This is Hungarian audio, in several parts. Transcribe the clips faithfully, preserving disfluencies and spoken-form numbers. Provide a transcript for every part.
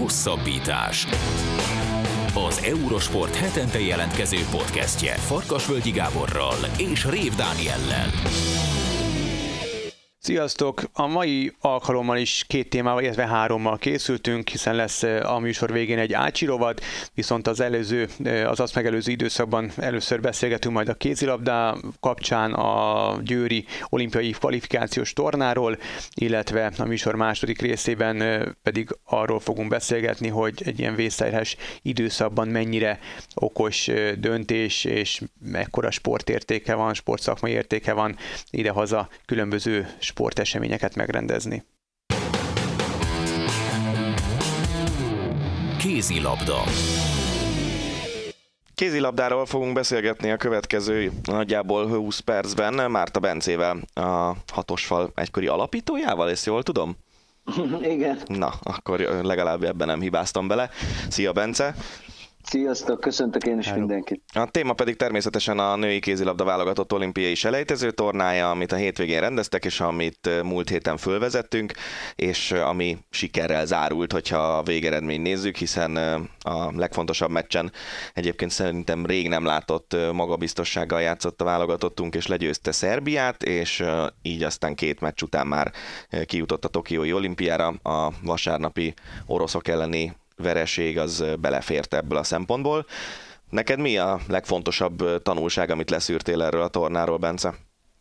Hosszabbítás. Az Eurosport hetente jelentkező podcastje Farkasvölgyi Gáborral és Rév Dániellel. Sziasztok! A mai alkalommal is két témával, illetve hárommal készültünk, hiszen lesz a műsor végén egy Ácsi rovat, viszont az előző, az azt megelőző időszakban először beszélgetünk majd a kézilabda kapcsán a győri olimpiai kvalifikációs tornáról, illetve a műsor második részében pedig arról fogunk beszélgetni, hogy egy ilyen vészterhes időszakban mennyire okos döntés és mekkora sportértéke van, sportszakmai értéke van idehaza különböző sporteseményeket megrendezni. Kézilabda. Kézilabdáról fogunk beszélgetni a következő nagyjából húsz percben Márta Bencével, a Hatosfal egykori alapítójával, ezt jól tudom? Igen. Na, akkor legalább ebben nem hibáztam bele. Szia, Bence! Sziasztok, köszöntök én is Hello. mindenkit. A téma pedig természetesen a női kézilabda válogatott olimpiai selejtező tornája, amit a hétvégén rendeztek, és amit múlt héten fölvezettünk, és ami sikerrel zárult, hogyha a végeredményt nézzük, hiszen a legfontosabb meccsen egyébként szerintem rég nem látott magabiztossággal játszott a válogatottunk, és legyőzte Szerbiát, és így aztán két meccs után már kijutott a tokiói olimpiára. A vasárnapi oroszok elleni vereség az belefért ebből a szempontból. Neked mi a legfontosabb tanulság, amit leszűrtél erről a tornáról, Bence?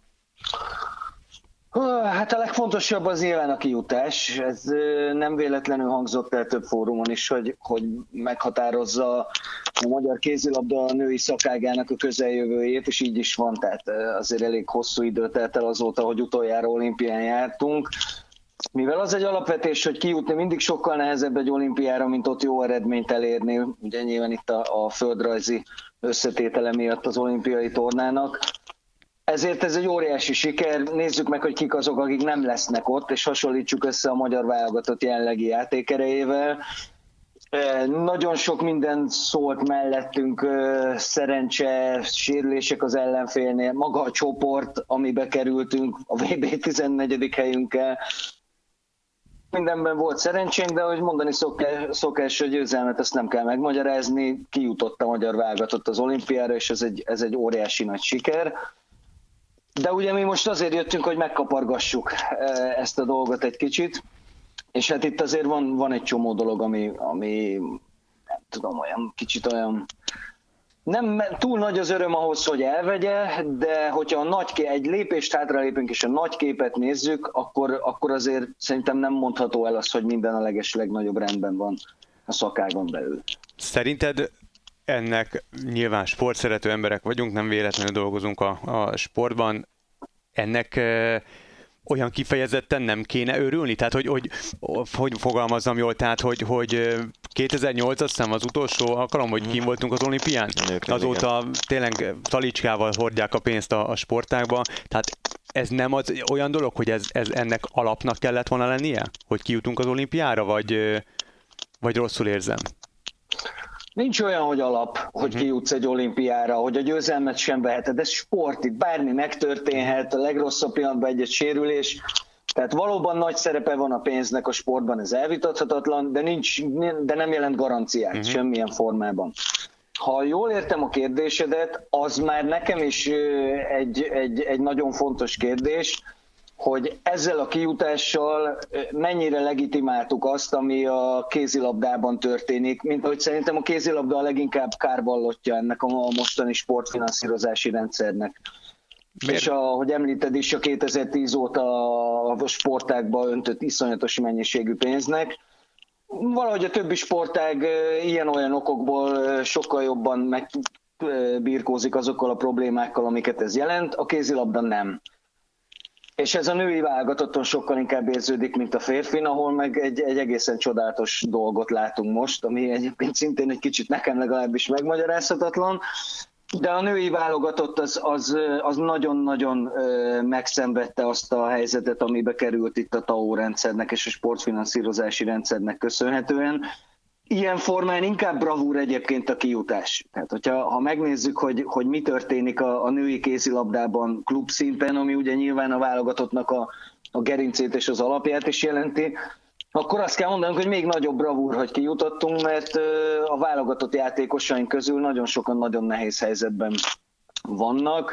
Hát a legfontosabb az nyilván a kijutás. Ez nem véletlenül hangzott el több fórumon is, hogy, hogy meghatározza a magyar kézilabda női szakágának a közeljövőjét, és így is van. Tehát azért elég hosszú idő telt el azóta, hogy utoljára olimpián jártunk. Mivel az egy alapvetés, hogy kijutni mindig sokkal nehezebb egy olimpiára, mint ott jó eredményt elérni, ugye nyilván itt a, a földrajzi összetétele miatt az olimpiai tornának. Ezért ez egy óriási siker. Nézzük meg, hogy kik azok, akik nem lesznek ott, és hasonlítsuk össze a magyar válogatott jelenlegi játékerejével. Nagyon sok minden szólt mellettünk, szerencse, sérülések az ellenfélnél, maga a csoport, amibe kerültünk, a vé bé tizennegyedik helyünkkel. Mindenben volt szerencsénk, de ahogy mondani szokás, hogy győzelmet ezt nem kell megmagyarázni, kijutott a magyar válogatott az olimpiára, és ez egy, ez egy óriási nagy siker. De ugye mi most azért jöttünk, hogy megkapargassuk ezt a dolgot egy kicsit, és hát itt azért van, van egy csomó dolog, ami, ami nem tudom, olyan kicsit olyan... Nem túl nagy az öröm ahhoz, hogy elvegye, de hogyha a nagy ké- egy lépést hátralépünk és a nagy képet nézzük, akkor, akkor azért szerintem nem mondható el az, hogy minden a leges legnagyobb rendben van a szakágon belül. Szerinted ennek nyilván sportszerető emberek vagyunk, nem véletlenül dolgozunk a, a sportban, ennek e, olyan kifejezetten nem kéne örülni? Tehát, hogy, hogy, hogy fogalmazzam jól, tehát, hogy, hogy kétezer-nyolc azt hiszem az utolsó alkalom, hogy kim voltunk az olimpián, azóta tényleg talicskával hordják a pénzt a, a sportágba, tehát ez nem az olyan dolog, hogy ez, ez ennek alapnak kellett volna lennie? Hogy kijutunk az olimpiára, vagy, vagy rosszul érzem? Nincs olyan, hogy alap, hogy kijutsz egy olimpiára, hogy a győzelmet sem veheted. Ez sport, itt bármi megtörténhet, a legrosszabb pillanatban egy-egy sérülés. Tehát valóban nagy szerepe van a pénznek a sportban, ez elvitathatatlan, de, nincs, de nem jelent garanciát uh-huh. semmilyen formában. Ha jól értem a kérdésedet, az már nekem is egy, egy, egy nagyon fontos kérdés, hogy ezzel a kijutással mennyire legitimáltuk azt, ami a kézilabdában történik, mint ahogy szerintem a kézilabda a leginkább kárvallottja ennek a mostani sportfinanszírozási rendszernek. Miért? És ahogy említed is, a kétezer-tíz óta a sportágba öntött iszonyatos mennyiségű pénznek. Valahogy a többi sportág ilyen-olyan okokból sokkal jobban megbirkózik azokkal a problémákkal, amiket ez jelent, a kézilabda nem. És ez a női válogatotton sokkal inkább érződik, mint a férfin, ahol meg egy, egy egészen csodálatos dolgot látunk most, ami egyébként szintén egy kicsit nekem legalábbis megmagyarázhatatlan, de a női válogatott az, az, az nagyon-nagyon megszenvedte azt a helyzetet, amibe került itt a té á o rendszernek és a sportfinanszírozási rendszernek köszönhetően. Ilyen formán inkább bravúr egyébként a kijutás. Tehát, hogyha ha megnézzük, hogy, hogy mi történik a, a női kézilabdában klubszinten, ami ugye nyilván a válogatottnak a, a gerincét és az alapját is jelenti, akkor azt kell mondanunk, hogy még nagyobb bravúr, hogy kijutottunk, mert a válogatott játékosaink közül nagyon sokan nagyon nehéz helyzetben vannak,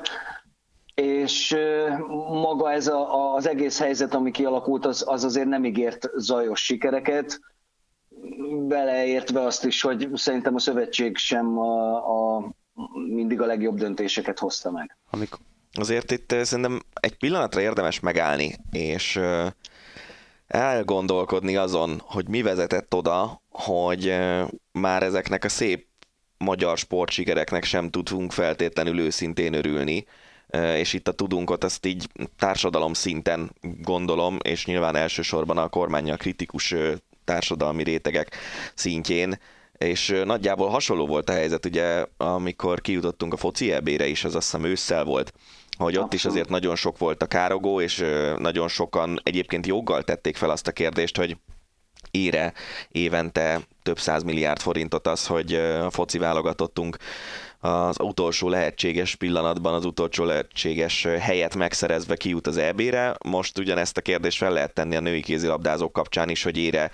és maga ez a, az egész helyzet, ami kialakult, az, az azért nem ígért zajos sikereket, beleértve azt is, hogy szerintem a szövetség sem a, a, mindig a legjobb döntéseket hozta meg. Amikor... Azért itt szerintem egy pillanatra érdemes megállni, és elgondolkodni azon, hogy mi vezetett oda, hogy már ezeknek a szép magyar sportsikereknek sem tudunk feltétlenül őszintén örülni, és itt a tudunkot azt így társadalom szinten gondolom, és nyilván elsősorban a kormánnyal kritikus társadalmi rétegek szintjén, és nagyjából hasonló volt a helyzet, ugye, amikor kijutottunk a foci é bé-re is, az azt hiszem ősszel volt, hogy ott is azért nagyon sok volt a károgó, és nagyon sokan egyébként joggal tették fel azt a kérdést, hogy ére évente több száz milliárd forintot az, hogy a foci válogatottunk az utolsó lehetséges pillanatban, az utolsó lehetséges helyet megszerezve kijut az é bé-re. Most ugyanezt a kérdést fel lehet tenni a női kézilabdázók kapcsán is, hogy ére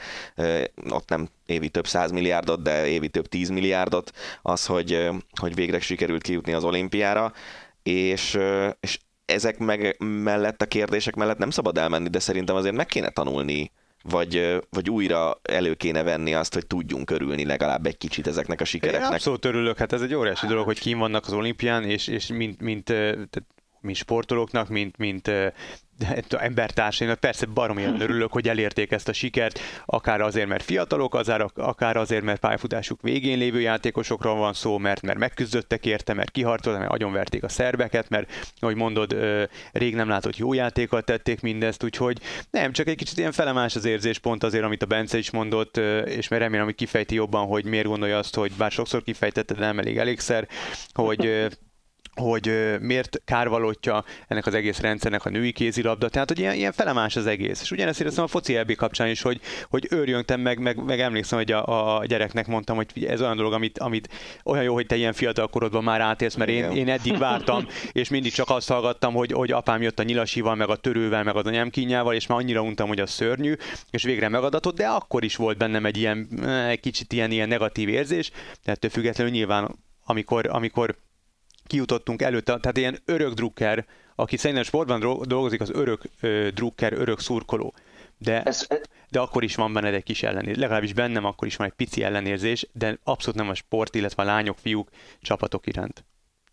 ott nem évi több száz milliárdot, de évi több tíz milliárdot az, hogy, hogy végre sikerült kijutni az olimpiára, és, és ezek meg mellett, a kérdések mellett nem szabad elmenni, de szerintem azért meg kéne tanulni, vagy, vagy újra elő kéne venni azt, hogy tudjunk örülni legalább egy kicsit ezeknek a sikereknek. Én abszolút örülök, hát ez egy óriási dolog, hogy kín vannak az olimpián, és, és mint, mint, mint sportolóknak, mint, mint embertársainak, persze baromilyen örülök, hogy elérték ezt a sikert, akár azért, mert fiatalok, akár azért, mert pályafutásuk végén lévő játékosokról van szó, mert, mert megküzdöttek érte, mert kiharcoltak, mert agyonverték a szerbeket, mert, ahogy mondod, rég nem látott jó játékkal tették mindezt, úgyhogy nem, csak egy kicsit ilyen felemás az érzés, pont azért, amit a Bence is mondott, és mert remélem, hogy kifejti jobban, hogy miért gondolja azt, hogy bár sokszor kifejtette, de nem elég elégszer, hogy hogy miért kárvalótja ennek az egész rendszernek a női kézilabda, tehát hogy ilyen, ilyen felemás az egész. És ugyanezt éreztem a foci é bé kapcsán is, hogy, hogy őrjöngtem, meg, meg, meg emlékszem, hogy a, a gyereknek mondtam, hogy ez olyan dolog, amit, amit olyan jó, hogy te ilyen fiatal korodban már átélsz, mert én, én eddig vártam, és mindig csak azt hallgattam, hogy, hogy apám jött a nyilasival, meg a törővel, meg az anyámkínjával, és már annyira untam, hogy az szörnyű, és végre megadatott, de akkor is volt bennem egy ilyen, egy kicsit ilyen, ilyen negatív érzés, de ettől függetlenül nyilván, amikor, amikor kijutottunk előtte, tehát ilyen örök drukker, aki szerintem sportban dolgozik, az örök ö, drukker, örök szurkoló. De, de akkor is van benned egy kis ellenérzés. Legalábbis bennem akkor is van egy pici ellenérzés, de abszolút nem a sport, illetve a lányok, fiúk, csapatok iránt.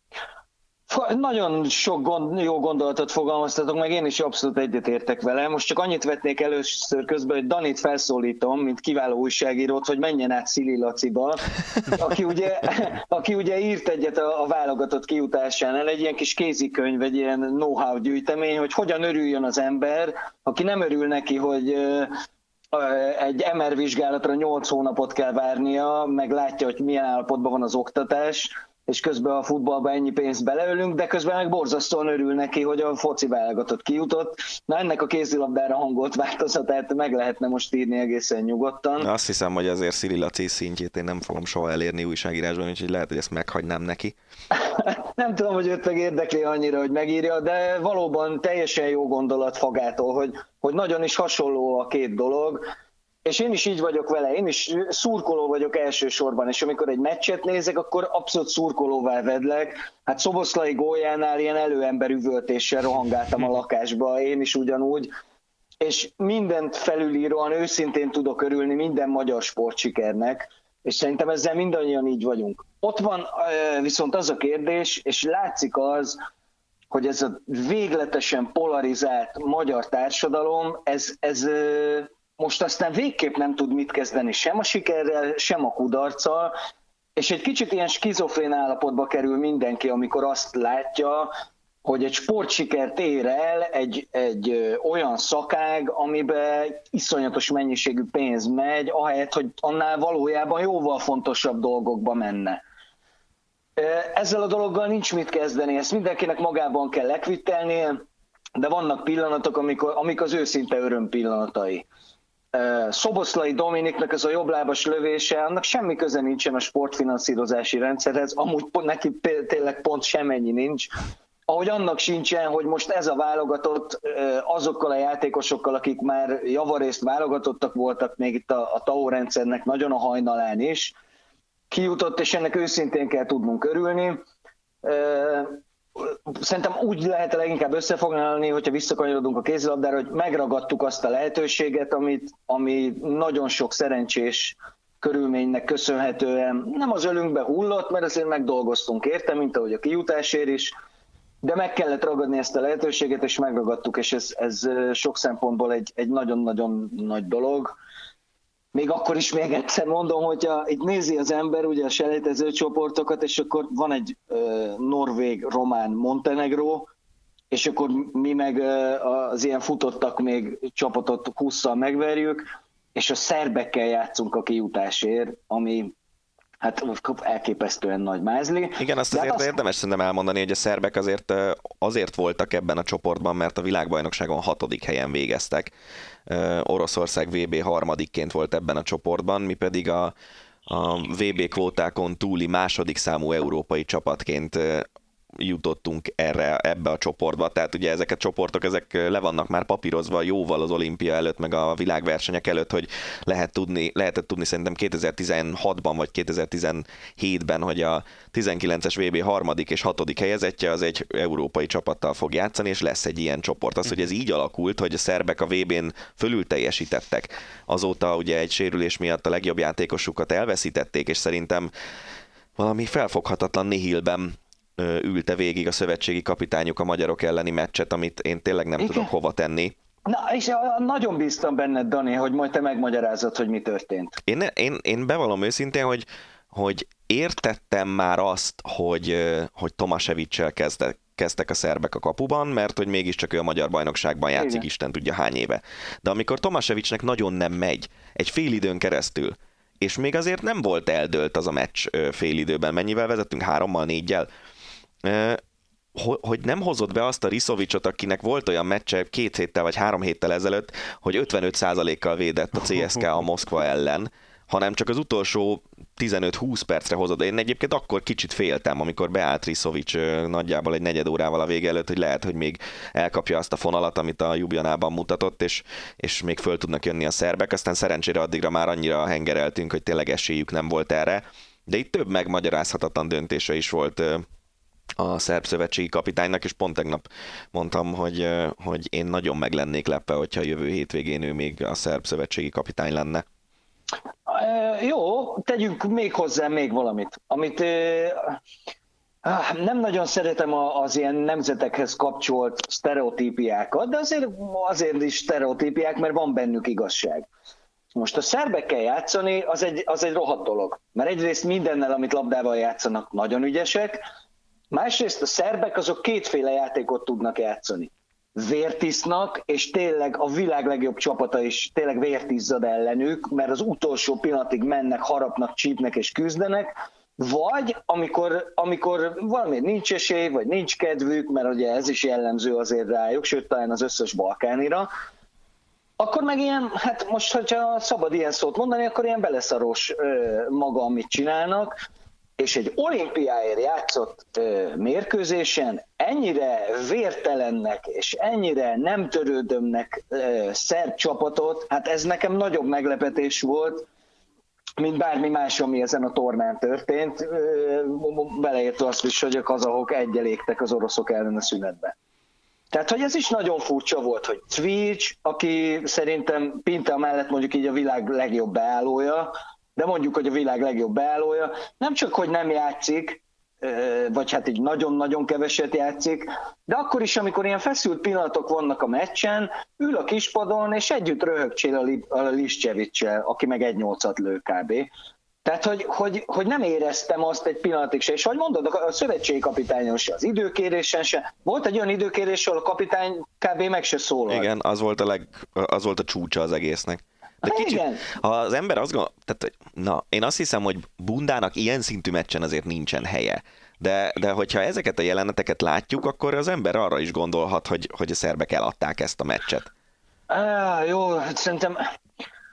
Nagyon sok gond, jó gondolatot fogalmaztatok, meg én is abszolút egyetértek vele. Most csak annyit vetnék először közben, hogy Danit felszólítom, mint kiváló újságírót, hogy menjen át Szili Laciba, aki ugye, aki ugye írt egyet a, a válogatott kijutásánál, egy ilyen kis kézikönyv, egy ilyen know-how gyűjtemény, hogy hogyan örüljön az ember, aki nem örül neki, hogy egy em er vizsgálatra nyolc hónapot kell várnia, meg látja, hogy milyen állapotban van az oktatás, és közben a futballba ennyi pénzt beleölünk, de közben meg borzasztóan örül neki, hogy a foci válogatott kijutott. Na ennek a kézilabdára hangolt változatát meg lehetne most írni egészen nyugodtan. Na, azt hiszem, hogy azért Szili Laci szintjét én nem fogom soha elérni újságírásban, úgyhogy lehet, hogy ezt meghagynám neki. Nem tudom, hogy őt meg érdekli annyira, hogy megírja, de valóban teljesen jó gondolat Fagától, hogy, hogy nagyon is hasonló a két dolog. És én is így vagyok vele, én is szurkoló vagyok elsősorban, és amikor egy meccset nézek, akkor abszolút szurkolóvá vedlek. Hát Szoboszlai góljánál ilyen előember üvöltéssel rohangáltam a lakásba, én is ugyanúgy. És mindent felülíróan őszintén tudok örülni minden magyar sportsikernek, és szerintem ezzel mindannyian így vagyunk. Ott van viszont az a kérdés, és látszik az, hogy ez a végletesen polarizált magyar társadalom, ez... ez most aztán végképp nem tud mit kezdeni sem a sikerrel, sem a kudarccal, és egy kicsit ilyen skizofrén állapotba kerül mindenki, amikor azt látja, hogy egy sportsikert ér el egy, egy olyan szakág, amiben iszonyatos mennyiségű pénz megy, ahelyett, hogy annál valójában jóval fontosabb dolgokba menne. Ezzel a dologgal nincs mit kezdeni, ezt mindenkinek magában kell lekvittelnie, de vannak pillanatok, amikor, amik az őszinte öröm pillanatai. Szoboszlai Dominiknak ez a jobblábas lövése, annak semmi köze nincsen a sportfinanszírozási rendszerhez, amúgy neki tényleg pont semennyi nincs, ahogy annak sincsen, hogy most ez a válogatott azokkal a játékosokkal, akik már javarészt válogatottak voltak még itt a, a té á o rendszernek nagyon a hajnalán is, kijutott, és ennek őszintén kell tudnunk örülni. Szerintem úgy lehet leginkább összefoglalni, hogyha visszakanyarodunk a kézilabdára, hogy megragadtuk azt a lehetőséget, amit, ami nagyon sok szerencsés körülménynek köszönhetően nem az ölünkbe hullott, mert azért megdolgoztunk érte, mint ahogy a kijutásért is, de meg kellett ragadni ezt a lehetőséget, és megragadtuk, és ez, ez sok szempontból egy, egy nagyon-nagyon nagy dolog. Még akkor is még egyszer mondom, hogyha itt nézi az ember ugye a selejtező csoportokat, és akkor van egy uh, norvég, román, Montenegró, és akkor mi meg uh, az ilyen futottak még csapatot hússzal megverjük, és a szerbekkel játszunk a kijutásért, ami hát elképesztően nagy mázli. Igen, azt azért azt... érdemes szerintem elmondani, hogy a szerbek azért, azért voltak ebben a csoportban, mert a világbajnokságon hatodik helyen végeztek. Oroszország vé bé harmadikként volt ebben a csoportban, mi pedig a, a vé bé kvótákon túli második számú európai csapatként jutottunk erre, ebbe a csoportba. Tehát ugye ezek a csoportok, ezek le vannak már papírozva jóval az olimpia előtt, meg a világversenyek előtt, hogy lehet tudni, lehetett tudni szerintem kétezer-tizenhatban vagy kétezer-tizenhétben, hogy a tizenkilences vé bé harmadik és hatodik helyezettje az egy európai csapattal fog játszani, és lesz egy ilyen csoport. Az, hogy ez így alakult, hogy a szerbek a vé bén fölül teljesítettek. Azóta ugye egy sérülés miatt a legjobb játékosukat elveszítették, és szerintem valami felfoghatatlan nihilben ülte végig a szövetségi kapitányuk a magyarok elleni meccset, amit én tényleg nem Igen. tudok hova tenni. Na, és nagyon bíztam benned, Dani, hogy majd te megmagyarázod, hogy mi történt. Én, én, én bevallom őszintén, hogy, hogy értettem már azt, hogy, hogy Tomasevic-sel kezdtek, kezdtek a szerbek a kapuban, mert hogy mégiscsak ő a magyar bajnokságban játszik, Igen. Isten tudja hány éve. De amikor Tomasevicnek nagyon nem megy, egy fél időn keresztül, és még azért nem volt eldőlt az a meccs fél időben, mennyivel vezettünk? Hárommal, négyel? Hogy nem hozott be azt a Risovicot, akinek volt olyan meccse két héttel vagy három héttel ezelőtt, hogy ötvenöt százalékkal védett a cé es ká a Moszkva ellen, hanem csak az utolsó tizenöt-húsz percre hozott. Én egyébként akkor kicsit féltem, amikor beállt Risovic nagyjából egy negyed órával a vége előtt, hogy lehet, hogy még elkapja azt a fonalat, amit a Ljubljanában mutatott, és, és még föl tudnak jönni a szerbek. Aztán szerencsére addigra már annyira hengereltünk, hogy tényleg esélyük nem volt erre. De itt több megmagyarázhatatlan döntése is volt a szerb szövetségi kapitánynak, és pont tegnap mondtam, hogy, hogy én nagyon meg lennék lepve, hogyha jövő hétvégén ő még a szerb szövetségi kapitány lenne. Jó, tegyünk még hozzá még valamit, amit nem nagyon szeretem az ilyen nemzetekhez kapcsolt sztereotípiákat, de azért, azért is sztereotípiák, mert van bennük igazság. Most a szerbekkel játszani, az egy, az egy rohadt dolog, mert egyrészt mindennel, amit labdával játszanak, nagyon ügyesek, másrészt a szerbek azok kétféle játékot tudnak játszani. Vértisznak, és tényleg a világ legjobb csapata is tényleg vértizzad ellenük, mert az utolsó pillanatig mennek, harapnak, csípnek és küzdenek, vagy amikor, amikor valami nincs esély, vagy nincs kedvük, mert ugye ez is jellemző azért rájuk, sőt talán az összes balkánira, akkor meg ilyen, hát most, hogyha szabad ilyen szót mondani, akkor ilyen beleszaros maga, amit csinálnak, és egy olimpiáért játszott ö, mérkőzésen ennyire vértelennek és ennyire nem törődömnek ö, szerb csapatot, hát ez nekem nagyobb meglepetés volt, mint bármi más, ami ezen a tornán történt, ö, beleértve azt is, hogy a kazahok egyel égtek az oroszok ellen a szünetben. Tehát, hogy ez is nagyon furcsa volt, hogy Cvics, aki szerintem Pinta mellett mondjuk így a világ legjobb beállója, de mondjuk, hogy a világ legjobb beállója, nem csak, hogy nem játszik, vagy hát így nagyon-nagyon keveset játszik, de akkor is, amikor ilyen feszült pillanatok vannak a meccsen, ül a kispadon, és együtt röhögcsél a Liszcsevics-sel, aki meg egy nyolcat lő kb. Tehát, hogy, hogy, hogy nem éreztem azt egy pillanatig se, és ahogy mondod, a szövetségi kapitányon se, az időkérésen se. Volt egy olyan időkérés, ahol a kapitány kb. Meg se szólalt. Igen, az volt a, leg, az volt a csúcsa az egésznek. De kicsit, ha az ember azt gondol, tehát, na, én azt hiszem, hogy Bundának ilyen szintű meccsen azért nincsen helye. De, de hogyha ezeket a jeleneteket látjuk, akkor az ember arra is gondolhat, hogy, hogy a szerbek eladták ezt a meccset. Á, jó, hát szerintem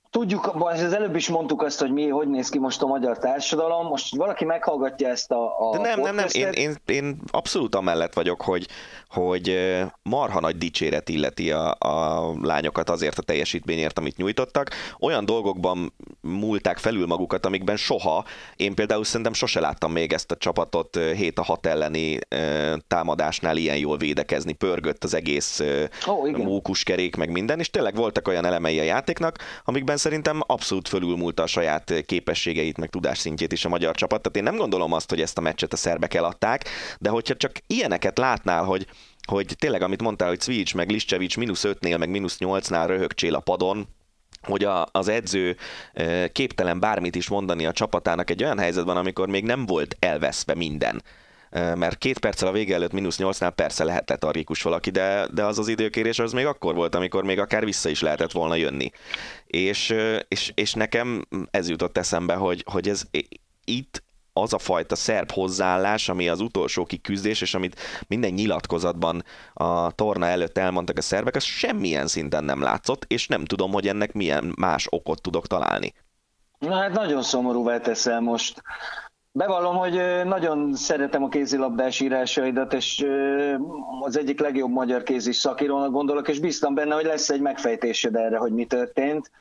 tudjuk, az előbb is mondtuk azt, hogy mi, hogy néz ki most a magyar társadalom, most valaki meghallgatja ezt a, a De nem, nem, nem, én, én, én abszolút amellett vagyok, hogy, hogy marha nagy dicséret illeti a, a lányokat azért a teljesítményért, amit nyújtottak. Olyan dolgokban múlták felül magukat, amikben soha, én például szerintem sose láttam még ezt a csapatot hét a hat elleni támadásnál ilyen jól védekezni, pörgött az egész oh, mókuskerék, meg minden, és tényleg voltak olyan elemei a játéknak, amikben szerintem abszolút fölülmúlta a saját képességeit, meg tudásszintjét is a magyar csapat. Tehát én nem gondolom azt, hogy ezt a meccset a szerbek eladták, de hogyha csak ilyeneket látnál, hogy, hogy tényleg, amit mondtál, hogy Cvijic meg Liscevic mínusz ötnél, meg mínusz nyolcnál röhögcsél a padon, hogy a, az edző képtelen bármit is mondani a csapatának egy olyan helyzetben, amikor még nem volt elveszve minden. Mert két perccel a vége előtt mínusz nyolcnál persze lehet letargikus valaki, de, de az az időkérés az még akkor volt, amikor még akár vissza is lehetett volna jönni. És, és, és nekem ez jutott eszembe, hogy, hogy ez itt az a fajta szerb hozzáállás, ami az utolsó kiküzdés, és amit minden nyilatkozatban a torna előtt elmondtak a szerbek, az semmilyen szinten nem látszott, és nem tudom, hogy ennek milyen más okot tudok találni. Na hát nagyon szomorúvá teszel most. Bevallom, hogy nagyon szeretem a kézilabdás írásaidat, és az egyik legjobb magyar kézis szakírónak gondolok, és bíztam benne, hogy lesz egy megfejtésed erre, hogy mi történt.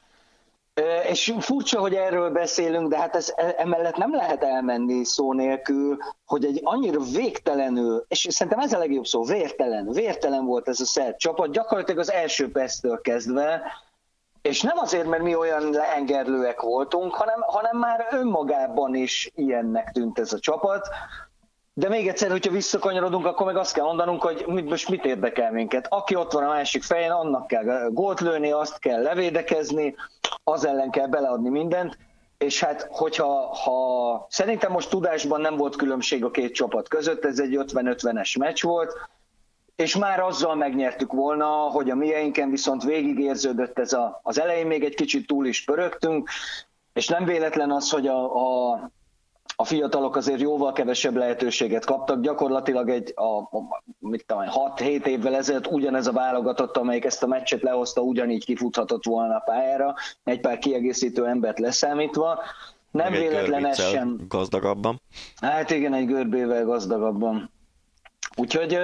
És furcsa, hogy erről beszélünk, de hát ez, emellett nem lehet elmenni szó nélkül, hogy egy annyira végtelenül, és szerintem ez a legjobb szó, vértelen, vértelen volt ez a szerb csapat, gyakorlatilag az első perctől kezdve, és nem azért, mert mi olyan leengerlőek voltunk, hanem, hanem már önmagában is ilyennek tűnt ez a csapat. De még egyszer, hogyha visszakanyarodunk, akkor meg azt kell mondanunk, hogy most mit érdekel minket. Aki ott van a másik fején, annak kell gólt lőni, azt kell levédekezni, az ellen kell beleadni mindent. És hát, hogyha ha, szerintem most tudásban nem volt különbség a két csapat között, ez egy ötven-ötvenes meccs volt, és már azzal megnyertük volna, hogy a mieinken viszont végigérződött ez a, az elején még egy kicsit túl is pörögtünk, és nem véletlen az, hogy a, a, a fiatalok azért jóval kevesebb lehetőséget kaptak, gyakorlatilag egy a, a, mit tudom, hat-hét évvel ezelőtt ugyanez a válogatott, amelyik ezt a meccset lehozta, ugyanígy kifuthatott volna a pályára, egy pár kiegészítő embert leszámítva. Nem meg véletlen ez sem. Gazdagabban. Hát igen, egy görbével gazdagabban. Úgyhogy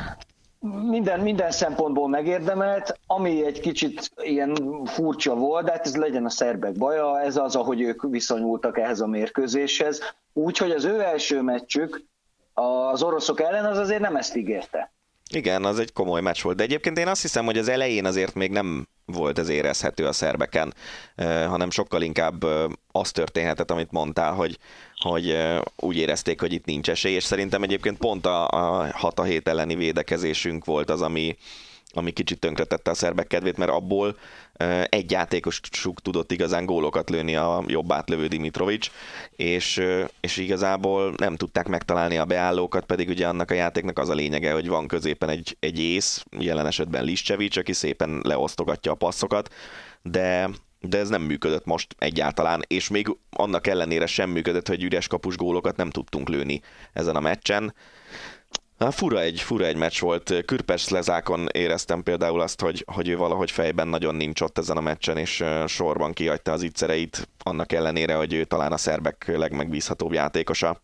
Minden, minden szempontból megérdemelt, ami egy kicsit ilyen furcsa volt, de hát ez legyen a szerbek baja, ez az, ahogy ők viszonyultak ehhez a mérkőzéshez. Úgyhogy az ő első meccsük az oroszok ellen az azért nem ezt ígérte. Igen, az egy komoly meccs volt, de egyébként én azt hiszem, hogy az elején azért még nem volt ez érezhető a szerbeken, hanem sokkal inkább az történhetett, amit mondtál, hogy, hogy úgy érezték, hogy itt nincs esély, és szerintem egyébként pont a, a hat a hét elleni védekezésünk volt az, ami, ami kicsit tönkretette a szerbek kedvét, mert abból egy játékosuk tudott igazán gólokat lőni, a jobb átlövő Dimitrovic, és, és igazából nem tudták megtalálni a beállókat, pedig ugye annak a játéknak az a lényege, hogy van középen egy, egy ész, jelen esetben Liscevic, aki szépen leosztogatja a passzokat, de, de ez nem működött most egyáltalán, és még annak ellenére sem működött, hogy üres kapus gólokat nem tudtunk lőni ezen a meccsen. Na, fura egy, fura egy meccs volt. Kürpes Lezákon éreztem például azt, hogy, hogy ő valahogy fejben nagyon nincs ott ezen a meccsen, és sorban kihagyta az ígyszereit, annak ellenére, hogy ő talán a szerbek legmegbízhatóbb játékosa.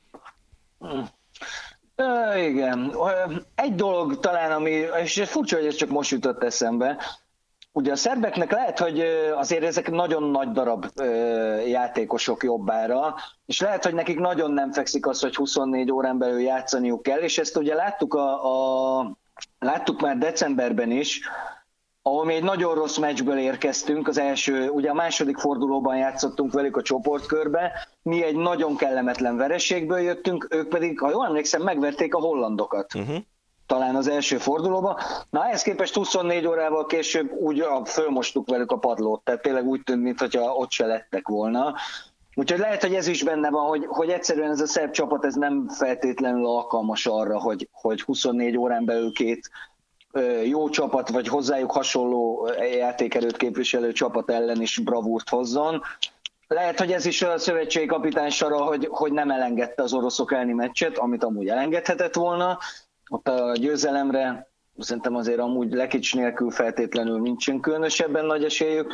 Ö, igen. Egy dolog talán, ami, és furcsa, hogy ez csak most jutott eszembe, ugye a szerbeknek lehet, hogy azért ezek nagyon nagy darab játékosok jobbára, és lehet, hogy nekik nagyon nem fekszik az, hogy huszonnégy órán belül játszaniuk kell, és ezt ugye láttuk, a, a, láttuk már decemberben is, ahol mi egy nagyon rossz meccsből érkeztünk, az első, ugye a második fordulóban játszottunk velük a csoportkörbe, mi egy nagyon kellemetlen vereségből jöttünk, ők pedig, ha jól emlékszem, megverték a hollandokat. Uh-huh. Talán az első fordulóban. Na, ehhez képest huszonnégy órával később úgy fölmostuk velük a padlót, tehát tényleg úgy tűnt, mintha ott se lettek volna. Úgyhogy lehet, hogy ez is benne van, hogy, hogy egyszerűen ez a szerb csapat ez nem feltétlenül alkalmas arra, hogy, hogy huszonnégy órán belül két jó csapat, vagy hozzájuk hasonló játékerőt képviselő csapat ellen is bravúrt hozzon. Lehet, hogy ez is a szövetségi kapitány sara, hogy, hogy nem elengedte az oroszok elleni meccset, amit amúgy elengedhetett volna. Ott a győzelemre szerintem azért amúgy Lekics nélkül feltétlenül nincsen különösebben nagy esélyük.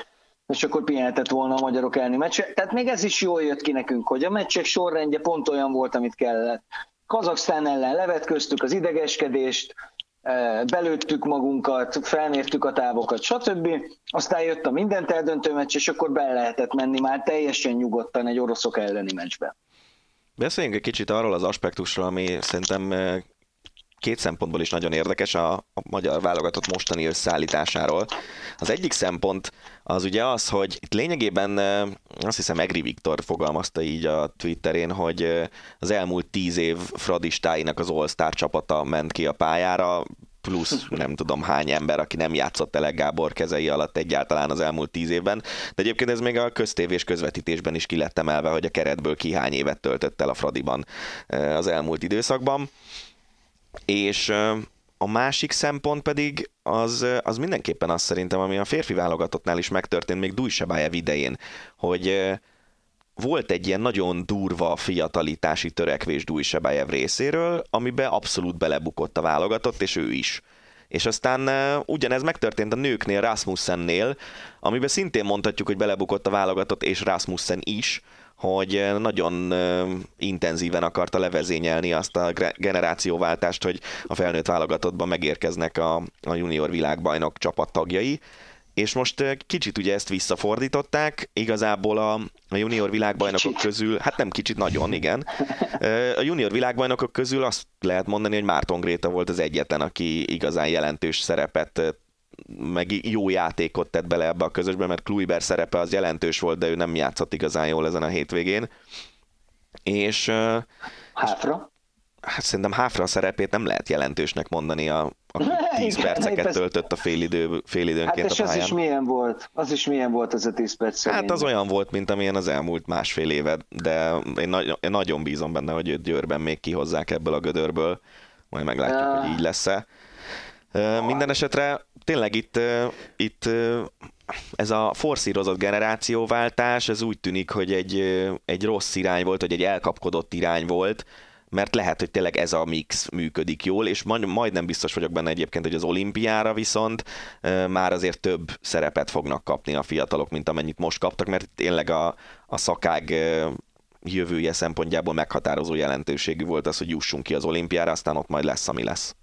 és akkor pihenhetett volna a magyarok elleni meccs. Tehát még ez is jól jött ki nekünk, hogy a meccsek sorrendje pont olyan volt, amit kellett. Kazaksztán ellen levetköztük az idegeskedést, belőttük magunkat, felmértük a távokat, stb. Aztán jött a mindent eldöntő meccs, és akkor be lehetett menni már teljesen nyugodtan egy oroszok elleni meccsbe. Beszéljünk egy kicsit arról az aspektusról, ami szerintem két szempontból is nagyon érdekes, a, a magyar válogatott mostani összeállításáról. Az egyik szempont az ugye az, hogy itt lényegében azt hiszem Egri Viktor fogalmazta így a Twitterén, hogy az elmúlt tíz év fradistáinak az All-Star csapata ment ki a pályára, plusz nem tudom hány ember, aki nem játszott Elek Gábor kezei alatt egyáltalán az elmúlt tíz évben. De egyébként ez még a köztévés közvetítésben is ki lett emelve, hogy a keretből ki hány évet töltött el a fradiban az elmúlt időszakban. És a másik szempont pedig az, az mindenképpen az szerintem, ami a férfi válogatottnál is megtörtént még Dujsebájev idején, hogy volt egy ilyen nagyon durva fiatalitási törekvés Dujsebájev részéről, amiben abszolút belebukott a válogatott, és ő is. És aztán ugyanez megtörtént a nőknél, Rasmussennél, amiben szintén mondhatjuk, hogy belebukott a válogatott, és Rasmussen is, hogy nagyon intenzíven akarta levezényelni azt a generációváltást, hogy a felnőtt válogatottban megérkeznek a, a junior világbajnok csapattagjai, és most kicsit ugye ezt visszafordították, igazából a, a junior világbajnokok közül, hát nem kicsit, nagyon, igen. A junior világbajnokok közül azt lehet mondani, hogy Márton Gréta volt az egyetlen, aki igazán jelentős szerepet, meg jó játékot tett bele ebbe a közösbe, mert Kluivert szerepe az jelentős volt, de ő nem játszott igazán jól ezen a hétvégén. És... Háfra? Hát szerintem Háfra szerepét nem lehet jelentősnek mondani, a, aki tíz perceket töltött a félidő, félidőnként hát a pályán. Hát és az is milyen volt? Az is milyen volt az a tíz perc szerint? Hát az olyan volt, mint amilyen az elmúlt másfél éve, de én, nagy, én nagyon bízom benne, hogy őt Győrben még kihozzák ebből a gödörből. Majd meglátjuk, uh... hogy így lesz-e. Uh, minden esetre tényleg itt, uh, itt uh, ez a forszírozott generációváltás, ez úgy tűnik, hogy egy, uh, egy rossz irány volt, vagy egy elkapkodott irány volt, mert lehet, hogy tényleg ez a mix működik jól, és majd, majdnem biztos vagyok benne egyébként, hogy az olimpiára viszont uh, már azért több szerepet fognak kapni a fiatalok, mint amennyit most kaptak, mert tényleg a, a szakág uh, jövője szempontjából meghatározó jelentőségű volt az, hogy jussunk ki az olimpiára, aztán ott majd lesz, ami lesz.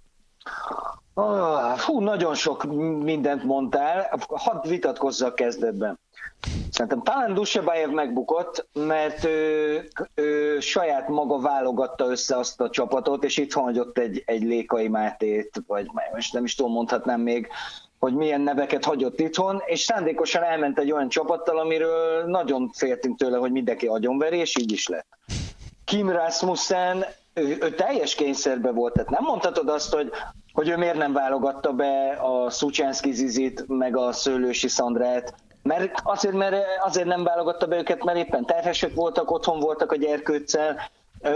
Hú, nagyon sok mindent mondtál, hadd vitatkozzak kezdetben. Szerintem talán Dujsebájev megbukott, mert ő, ő saját maga válogatta össze azt a csapatot, és itt hagyott egy, egy Lékai Mátét, vagy most nem is tudom, mondhatnám még, hogy milyen neveket hagyott itthon, és szándékosan elment egy olyan csapattal, amiről nagyon féltünk tőle, hogy mindenki agyonveri, és így is lett. Kim Rasmussen, ő, ő teljes kényszerbe volt, tehát nem mondhatod azt, hogy hogy ő miért nem válogatta be a Szucsánszky Zizit, meg a Szőlősi Szandrát, mert azért, mert azért nem válogatta be őket, mert éppen terhesek voltak, otthon voltak a gyerkőccel,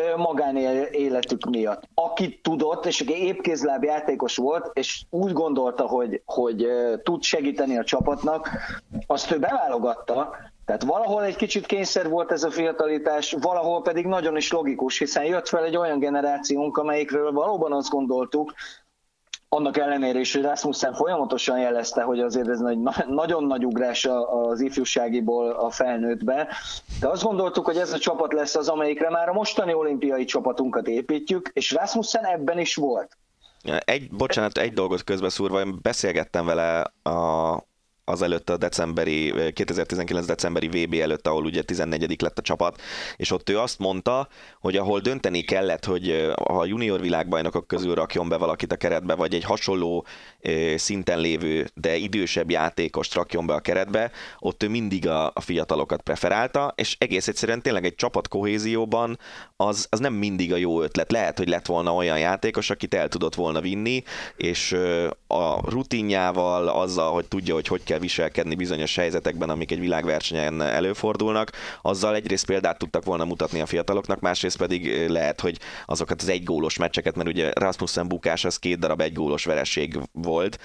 magánéletük miatt. Aki tudott, és aki épkézláb játékos volt, és úgy gondolta, hogy, hogy tud segíteni a csapatnak, azt ő beválogatta. Tehát valahol egy kicsit kényszer volt ez a fiatalitás, valahol pedig nagyon is logikus, hiszen jött fel egy olyan generációnk, amelyikről valóban azt gondoltuk, annak ellenére is, hogy Rasmussen folyamatosan jelezte, hogy azért ez egy nagyon nagy ugrás az ifjúságiból a felnőttbe. De azt gondoltuk, hogy ez a csapat lesz az, amelyikre már a mostani olimpiai csapatunkat építjük, és Rasmussen ebben is volt. Egy, bocsánat, egy dolgot közbeszúrva, én beszélgettem vele a... azelőtt a decemberi, kétezer-tizenkilenc decemberi vé bé előtt, ahol ugye tizennegyedik lett a csapat, és ott ő azt mondta, hogy ahol dönteni kellett, hogy a junior világbajnokok közül rakjon be valakit a keretbe, vagy egy hasonló szinten lévő, de idősebb játékost rakjon be a keretbe, ott ő mindig a, a fiatalokat preferálta, és egész egyszerűen tényleg egy csapat kohézióban az, az nem mindig a jó ötlet. Lehet, hogy lett volna olyan játékos, akit el tudott volna vinni, és a rutinjával, azzal, hogy tudja, hogy hogy kell viselkedni bizonyos helyzetekben, amik egy világversenyen előfordulnak, azzal egyrészt példát tudtak volna mutatni a fiataloknak, másrészt pedig lehet, hogy azokat az egygólos meccseket, mert ugye Rasmussen bukás az két darab egygólos vereség volt,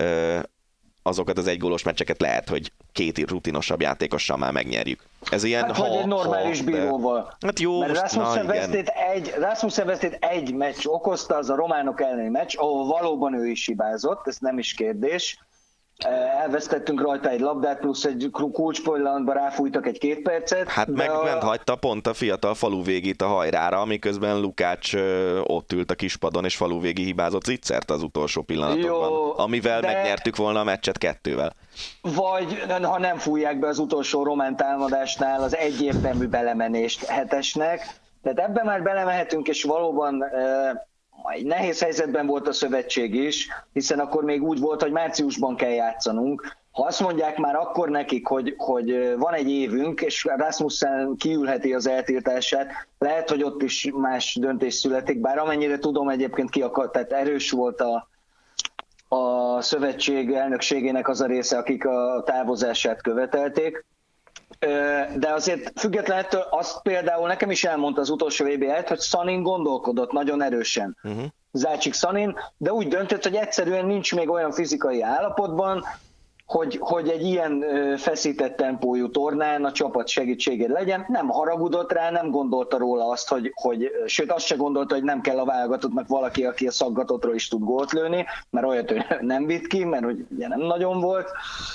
azokat az egygólos meccseket lehet, hogy két rutinosabb játékossal már megnyerjük. Ez ilyen hát ha, vagy egy normális ha, bíróval. Hát jó, mert most, Rasmussen na, vesztét egy, Rasmussen vesztét egy meccs okozta, az a románok elleni meccs, ahol valóban ő is hibázott, ez nem is kérdés. elvesztettünk rajta egy labdát, plusz egy kulcspillanatban ráfújtak egy két percet. Hát meg a... bent hagyta pont a fiatal faluvégit a hajrára, amiközben Lukács ott ült a kispadon, és faluvégi hibázott zicsert az utolsó pillanatokban, jó, amivel de... megnyertük volna a meccset kettővel. Vagy ha nem fújják be az utolsó román támadásnál az egyértelmű belemenést hetesnek, tehát ebben már belemehetünk, és valóban egy nehéz helyzetben volt a szövetség is, hiszen akkor még úgy volt, hogy márciusban kell játszanunk. Ha azt mondják már akkor nekik, hogy, hogy van egy évünk, és Rasmussen kiülheti az eltiltását, lehet, hogy ott is más döntés születik, bár amennyire tudom, egyébként ki akar, tehát erős volt a, a szövetség elnökségének az a része, akik a távozását követelték. De azért függetlenül azt például nekem is elmondta az utolsó vé bé előtt, hogy Sanin gondolkodott nagyon erősen. Uh-huh. Zácsik Sanin, de úgy döntött, hogy egyszerűen nincs még olyan fizikai állapotban, hogy, hogy egy ilyen feszített tempójú tornán a csapat segítséged legyen. Nem haragudott rá, nem gondolta róla azt, hogy, hogy sőt azt se gondolta, hogy nem kell a válogatottnak valaki, aki a szaggatottról is tud gólt lőni, mert olyat ő nem vitt ki, mert hogy ugye nem nagyon volt.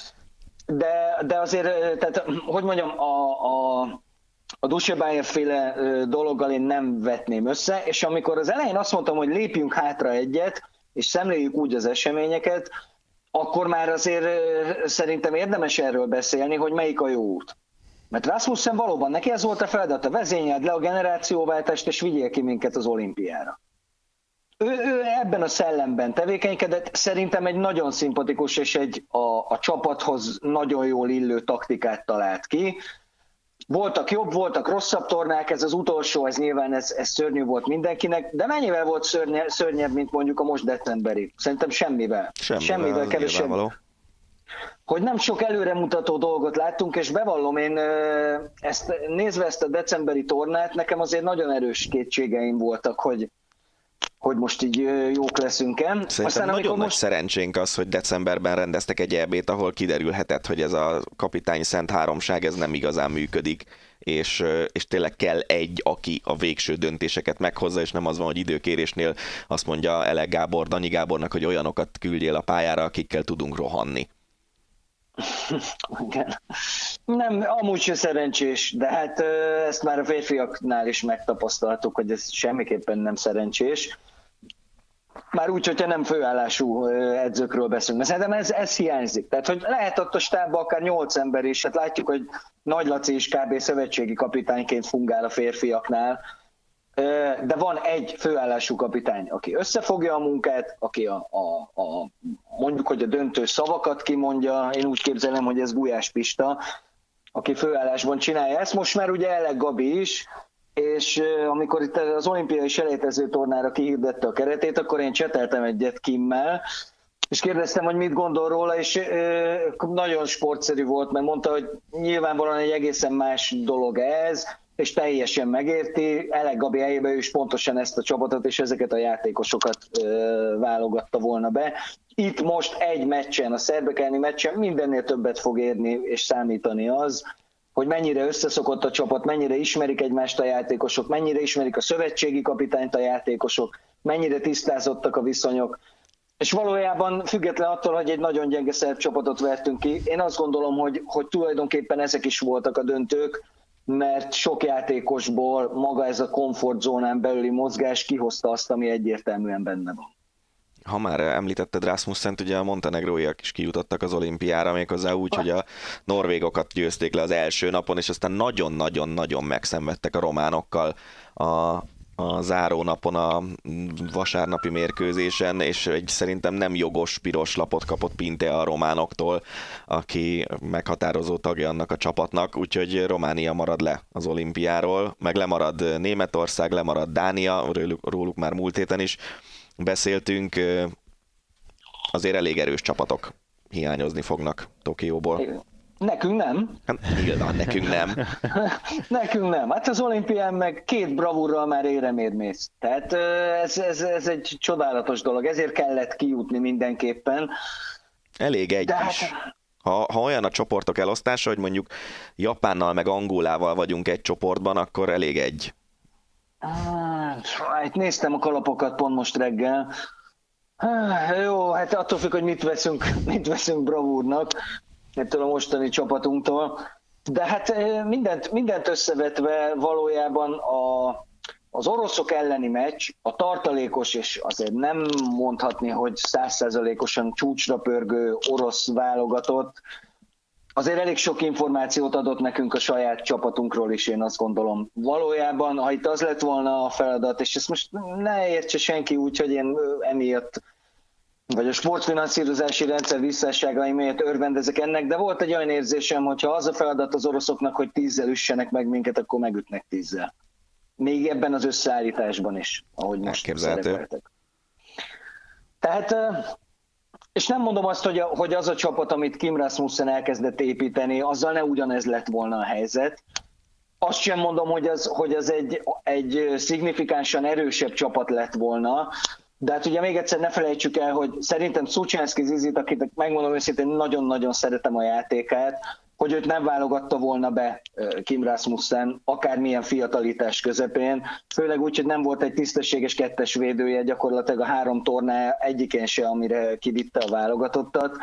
De, de azért, tehát, hogy mondjam, a, a, a Duschebauer féle dologgal én nem vetném össze, és amikor az elején azt mondtam, hogy lépjünk hátra egyet, és szemléljük úgy az eseményeket, akkor már azért szerintem érdemes erről beszélni, hogy melyik a jó út. Mert Rasmussen valóban neki ez volt a feladata, vezényeld le a generációváltást, és vigyél ki minket az olimpiára. Ő, ő ebben a szellemben tevékenykedett, szerintem egy nagyon szimpatikus és egy a, a csapathoz nagyon jól illő taktikát talált ki. Voltak jobb, voltak rosszabb tornák, ez az utolsó, ez nyilván ez, ez szörnyű volt mindenkinek, de mennyivel volt szörnye, szörnyebb, mint mondjuk a most decemberi? Szerintem semmivel. Semmivel, semmivel kevesebb. Hogy nem sok előremutató dolgot láttunk, és bevallom, én ezt, nézve ezt a decemberi tornát, nekem azért nagyon erős kétségeim voltak, hogy hogy most így jók leszünk-e. Szerintem Aztán, nagyon nagy most... szerencsénk az, hogy decemberben rendeztek egy é bét, ahol kiderülhetett, hogy ez a kapitány szent háromság, ez nem igazán működik, és, és tényleg kell egy, aki a végső döntéseket meghozza, és nem az van, hogy időkérésnél azt mondja Elek Gábor, Danyi Gábornak, hogy olyanokat küldjél a pályára, akikkel tudunk rohanni. Igen. Nem, amúgy se szerencsés, de hát ezt már a férfiaknál is megtapasztaltuk, hogy ez semmiképpen nem szerencsés. Már úgy, hogyha nem főállású edzőkről beszélünk. Mert szerintem ez, ez hiányzik. Tehát, hogy lehet ott a stábban akár nyolc ember is, hát látjuk, hogy Nagy Laci is kb. Szövetségi kapitányként fungál a férfiaknál, de van egy főállású kapitány, aki összefogja a munkát, aki a, a, a, mondjuk, hogy a döntő szavakat kimondja, én úgy képzelem, hogy ez Gulyás Pista, aki főállásban csinálja ezt. Most már ugye Elek Gabi is, és amikor itt az olimpiai selejtező tornára kihirdette a keretét, akkor én cseteltem egyet Kimmel, és kérdeztem, hogy mit gondol róla, és nagyon sportszerű volt, mert mondta, hogy nyilvánvalóan egy egészen más dolog ez, és teljesen megérti. Elek Gabi helyében ő is pontosan ezt a csapatot és ezeket a játékosokat ö, válogatta volna be. Itt most egy meccsen, a szerbek elleni meccsen mindennél többet fog érni és számítani az, hogy mennyire összeszokott a csapat, mennyire ismerik egymást a játékosok, mennyire ismerik a szövetségi kapitányt a játékosok, mennyire tisztázottak a viszonyok. És valójában független attól, hogy egy nagyon gyenge szerb csapatot vertünk ki, én azt gondolom, hogy, hogy tulajdonképpen ezek is voltak a döntők, mert sok játékosból maga ez a komfortzónán belüli mozgás kihozta azt, ami egyértelműen benne van. Ha már említetted Rasmussent, ugye a montenegróiak is kijutottak az olimpiára, méghozzá úgy, hogy a norvégokat győzték le az első napon, és aztán nagyon-nagyon-nagyon megszenvedtek a románokkal a, a záró napon a vasárnapi mérkőzésen, és egy szerintem nem jogos piros lapot kapott Pinte a románoktól, aki meghatározó tagja annak a csapatnak, úgyhogy Románia marad le az olimpiáról, meg lemarad Németország, lemarad Dánia, róluk, róluk már múlt héten is beszéltünk, azért elég erős csapatok hiányozni fognak Tokióból. Nekünk nem. Nyilván, nekünk nem. Nekünk nem. Hát az olimpián meg két bravúrral már éremér mész. Tehát ez, ez, ez egy csodálatos dolog. Ezért kellett kijutni mindenképpen. Elég egy De is. Hát... Ha, ha olyan a csoportok elosztása, hogy mondjuk Japánnal meg Angolával vagyunk egy csoportban, akkor elég egy. Hát, néztem a kalapokat pont most reggel. Há, jó, hát attól függ, hogy mit veszünk, mit veszünk bravúrnak ettől a mostani csapatunktól. De hát mindent, mindent összevetve valójában a, az oroszok elleni meccs, a tartalékos, és azért nem mondhatni, hogy száz százalékosan csúcsra pörgő orosz válogatott, azért elég sok információt adott nekünk a saját csapatunkról is, én azt gondolom. Valójában, ha itt az lett volna a feladat, és ezt most ne értse senki úgy, hogy én emiatt, vagy a sportfinanszírozási rendszer visszásságai miatt örvendezek ennek, de volt egy olyan érzésem, hogy ha az a feladat az oroszoknak, hogy tízzel üssenek meg minket, akkor megütnek tízzel. Még ebben az összeállításban is, ahogy most szerepeltek. Tehát... És nem mondom azt, hogy, a, hogy az a csapat, amit Kim Rasmussen elkezdett építeni, azzal ne ugyanez lett volna a helyzet. Azt sem mondom, hogy az, hogy az egy, egy szignifikánsan erősebb csapat lett volna, de hát ugye még egyszer ne felejtsük el, hogy szerintem Szucsánszky Zizit, akit megmondom őszintén, nagyon-nagyon szeretem a játékát, hogy őt nem válogatta volna be Kim Rasmussen, akármilyen fiatalítás közepén, főleg úgy, hogy nem volt egy tisztességes kettes védője gyakorlatilag a három torná egyikén se, amire kivitte a válogatottat.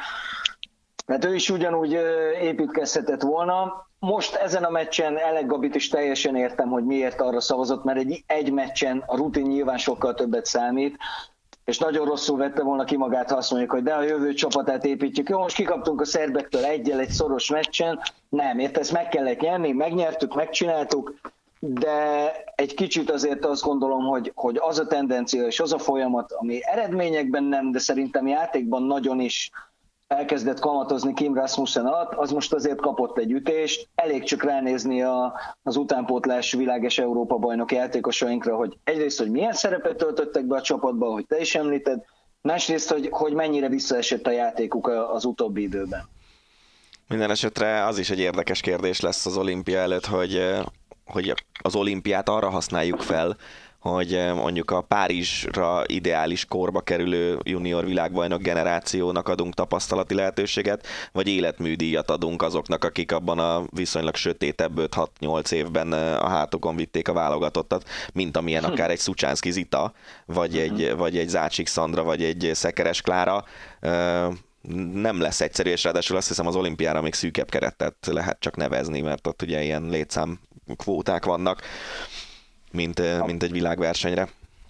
Hát ő is ugyanúgy építkezhetett volna. Most ezen a meccsen Elek Gabit is teljesen értem, hogy miért arra szavazott, mert egy, egy meccsen a rutin nyilván sokkal többet számít, és nagyon rosszul vette volna ki magát, ha azt mondjuk, hogy de a jövő csapatát építjük. Jó, most kikaptunk a szerbektől egyel egy szoros meccsen. Nem, érte, ezt meg kellett nyerni, megnyertük, megcsináltuk, de egy kicsit azért azt gondolom, hogy, hogy az a tendencia és az a folyamat, ami eredményekben nem, de szerintem játékban nagyon is elkezdett kamatozni Kim Rasmussen alatt, az most azért kapott egy ütést. Elég csak ránézni a, az utánpótlás világes Európa bajnok játékosainkra, hogy egyrészt, hogy milyen szerepet töltöttek be a csapatba, hogy te is említed, másrészt, hogy, hogy mennyire visszaesett a játékuk az utóbbi időben. Minden esetre az is egy érdekes kérdés lesz az olimpia előtt, hogy, hogy az olimpiát arra használjuk fel, hogy mondjuk a Párizsra ideális korba kerülő junior világbajnok generációnak adunk tapasztalati lehetőséget, vagy életműdíjat adunk azoknak, akik abban a viszonylag sötétebb öt-hat-nyolc évben a hátukon vitték a válogatottat, mint amilyen akár egy Szucsánszky Zita, vagy egy, vagy egy Zácsik Szandra, vagy egy Szekeres Klára. Nem lesz egyszerű, és ráadásul azt hiszem az olimpiára még szűkebb keretet lehet csak nevezni, mert ott ugye ilyen létszám kvóták vannak, mint, mint egy világversenyre.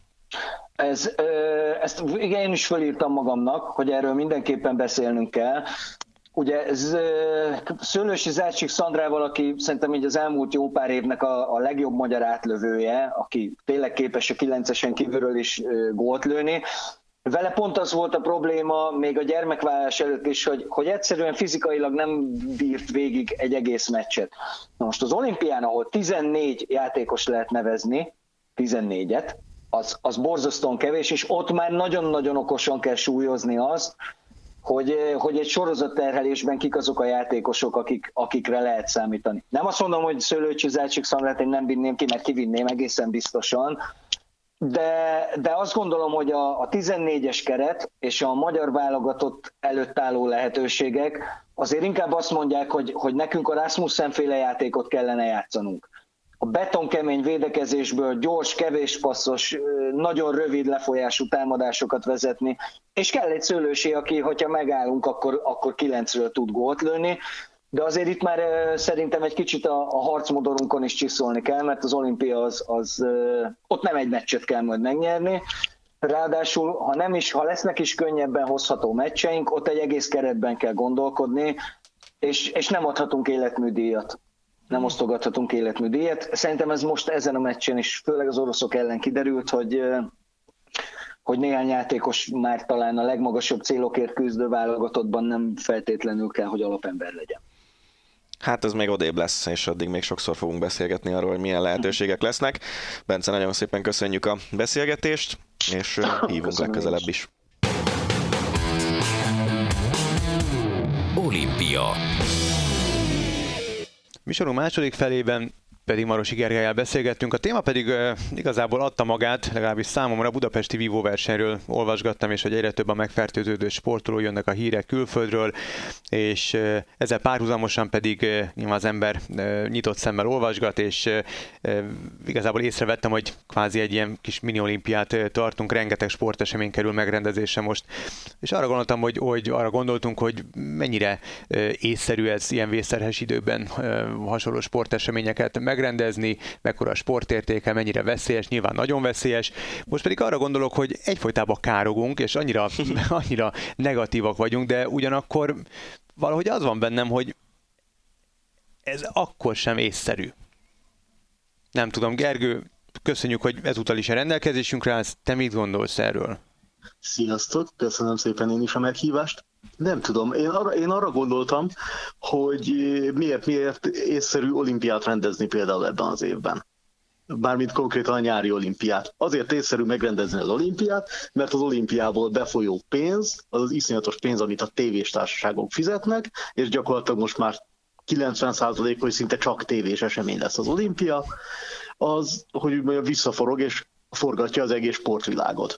Ez, ezt igen, én is felírtam magamnak, hogy erről mindenképpen beszélnünk kell. Ugye ez Szőlősi Zácsik Szandrával, aki szerintem így az elmúlt jó pár évnek a, a legjobb magyar átlövője, aki tényleg képes a kilencesen kívülről is gólt lőni. Vele pont az volt a probléma még a gyermekvállalás előtt is, hogy, hogy egyszerűen fizikailag nem bírt végig egy egész meccset. Na most az olimpián, ahol tizennégy játékos lehet nevezni, tizennégyet, az, az borzasztóan kevés, és ott már nagyon-nagyon okosan kell súlyozni azt, hogy, hogy egy sorozatterhelésben kik azok a játékosok, akik, akikre lehet számítani. Nem azt mondom, hogy Szőlőcsi Zácsik Szandrát én nem vinném ki, mert kivinném egészen biztosan, De, de azt gondolom, hogy a, a tizennégyes keret és a magyar válogatott előtt álló lehetőségek azért inkább azt mondják, hogy, hogy nekünk a Rasmussen-féle játékot kellene játszanunk. A betonkemény védekezésből gyors, kevés passzos, nagyon rövid lefolyású támadásokat vezetni, és kell egy Szőlősi, aki, hogyha megállunk, akkor, akkor kilencről tud gólt lőni. De azért itt már szerintem egy kicsit a, a harcmodorunkon is csiszolni kell, mert az olimpia az, az ott nem egy meccset kell majd megnyerni. Ráadásul, ha nem is, ha lesznek is könnyebben hozható meccseink, ott egy egész keretben kell gondolkodni, és, és nem adhatunk életműdíjat. Nem osztogathatunk életműdíjat. Szerintem ez most ezen a meccsen is, főleg az oroszok ellen kiderült, hogy, hogy néhány játékos már talán a legmagasabb célokért küzdő válogatottban nem feltétlenül kell, hogy alapember legyen. Hát ez még odébb lesz, és addig még sokszor fogunk beszélgetni arról, hogy milyen lehetőségek lesznek. Bence, nagyon szépen köszönjük a beszélgetést, és hívunk Köszönöm legközelebb is. Olimpia. Műsorunk második felében pedig Marosi Gergellyel beszélgettünk. A téma pedig uh, igazából adta magát, legalábbis számomra a budapesti vívó versenyről olvasgattam, és hogy egyre több a megfertőződő sportoló, jönnek a hírek külföldről, és uh, ezzel párhuzamosan pedig uh, nyilván az ember uh, nyitott szemmel olvasgat, és uh, igazából észrevettem, hogy kvázi egy ilyen kis mini olimpiát uh, tartunk, rengeteg sportesemény kerül megrendezésre most, és arra gondoltam, hogy, hogy arra gondoltunk, hogy mennyire uh, észszerű ez ilyen vészterhes időben uh, hasonló sporteseményeket megrendezni, mekkora a sportértéke, mennyire veszélyes, nyilván nagyon veszélyes. Most pedig arra gondolok, hogy egyfolytában károgunk, és annyira, annyira negatívak vagyunk, de ugyanakkor valahogy az van bennem, hogy ez akkor sem észszerű. Nem tudom, Gergő, köszönjük, hogy ezúttal is a rendelkezésünkre állsz. Te mit gondolsz erről? Sziasztok, köszönöm szépen én is a meghívást. Nem tudom, én arra, én arra gondoltam, hogy miért, miért észszerű olimpiát rendezni például ebben az évben. Mármint konkrétan a nyári olimpiát. Azért észszerű megrendezni az olimpiát, mert az olimpiából befolyó pénz, az az iszonyatos pénz, amit a tévés társaságok fizetnek, és gyakorlatilag most már kilencven százalék, hogy szinte csak tévés esemény lesz az olimpia, az, hogy úgy mondjam, visszaforog és forgatja az egész sportvilágot.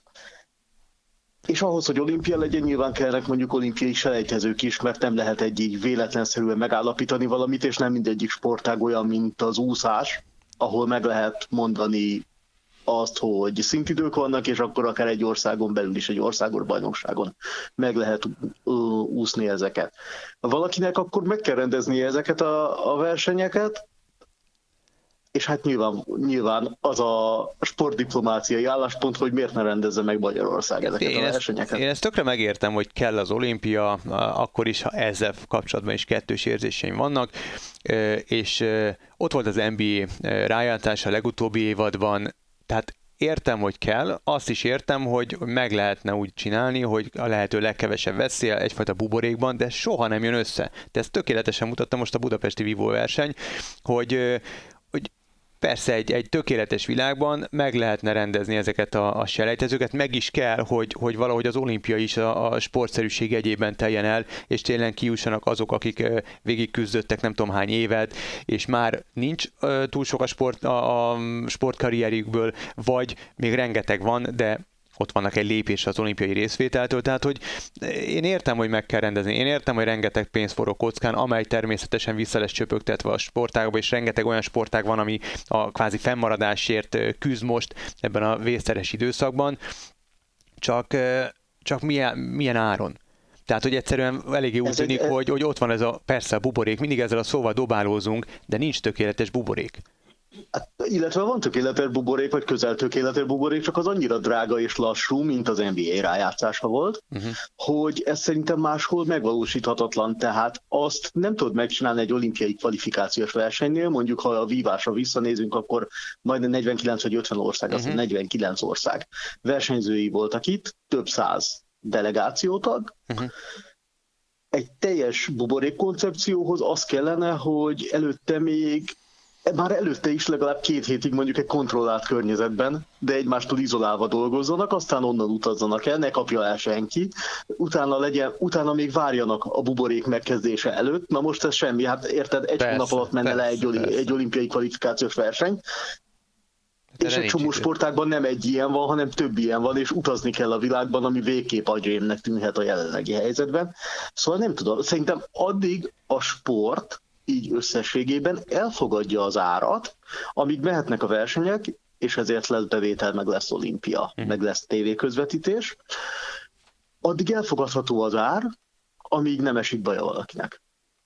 És ahhoz, hogy olimpia legyen, nyilván kellnek mondjuk olimpiai selejtezők is, mert nem lehet egy így véletlenszerűen megállapítani valamit, és nem mindegyik sportág olyan, mint az úszás, ahol meg lehet mondani azt, hogy szintidők vannak, és akkor akár egy országon belül is, egy országos bajnokságon meg lehet úszni ezeket. Valakinek akkor meg kell rendezni ezeket a, a versenyeket, és hát nyilván, nyilván az a sportdiplomáciai álláspont, hogy miért ne rendezze meg Magyarország ezeket én a versenyeket. Ezt, én ezt tökre megértem, hogy kell az olimpia, akkor is, ha ezzel kapcsolatban is kettős érzéseim vannak, és ott volt az en bé á rájátszás a legutóbbi évadban, tehát értem, hogy kell, azt is értem, hogy meg lehetne úgy csinálni, hogy a lehető legkevesebb veszély egyfajta buborékban, de soha nem jön össze. De ezt tökéletesen mutatta most a budapesti vívó verseny, hogy hogy persze egy, egy tökéletes világban meg lehetne rendezni ezeket a, a selejtezőket, meg is kell, hogy, hogy valahogy az olimpia is a, a sportszerűség jegyében teljen el, és tényleg kijussanak azok, akik végig küzdöttek nem tudom hány évet, és már nincs uh, túl sok a, sport, a, a sportkarrierjükből, vagy még rengeteg van, de ott vannak egy lépés az olimpiai részvételtől, tehát hogy én értem, hogy meg kell rendezni, én értem, hogy rengeteg pénz forog kockán, amely természetesen vissza lesz csöpögtetve a sportágba, és rengeteg olyan sportág van, ami a kvázi fennmaradásért küzd most ebben a vészterhes időszakban, csak, csak milyen, milyen áron? Tehát, hogy egyszerűen eléggé úgy tűnik, egy... hogy, hogy ott van ez a, persze a buborék, mindig ezzel a szóval dobálózunk, de nincs tökéletes buborék. Hát, illetve van tökéletes buborék, vagy közel tökéletes buborék, csak az annyira drága és lassú, mint az en bé á rájátszása volt, uh-huh. hogy ez szerintem máshol megvalósíthatatlan, tehát azt nem tudod megcsinálni egy olimpiai kvalifikációs versenynél, mondjuk ha a vívásra visszanézünk, akkor majdnem negyvenkilenc vagy ötven ország, uh-huh. azt negyvenkilenc ország versenyzői voltak itt, több száz delegációtag, uh-huh. Egy teljes buborék koncepcióhoz az kellene, hogy előtte még már előtte is legalább két hétig mondjuk egy kontrollált környezetben, de egymástól izolálva dolgozzanak, aztán onnan utazzanak el, ne kapja el senki, utána, legyen, utána még várjanak a buborék megkezdése előtt. Na most ez semmi, hát érted, egy persze, hónap alatt menne persze, le egy, oli, egy olimpiai kvalifikációs verseny, de és egy csomó sportágban nem egy ilyen van, hanem több ilyen van, és utazni kell a világban, ami végképp agyrémnek tűnhet a jelenlegi helyzetben. Szóval nem tudom, szerintem addig a sport így összességében elfogadja az árat, amíg mehetnek a versenyek, és ezért lesz bevétel, meg lesz olimpia, mm. meg lesz tévéközvetítés. Addig elfogadható az ár, amíg nem esik baja valakinek.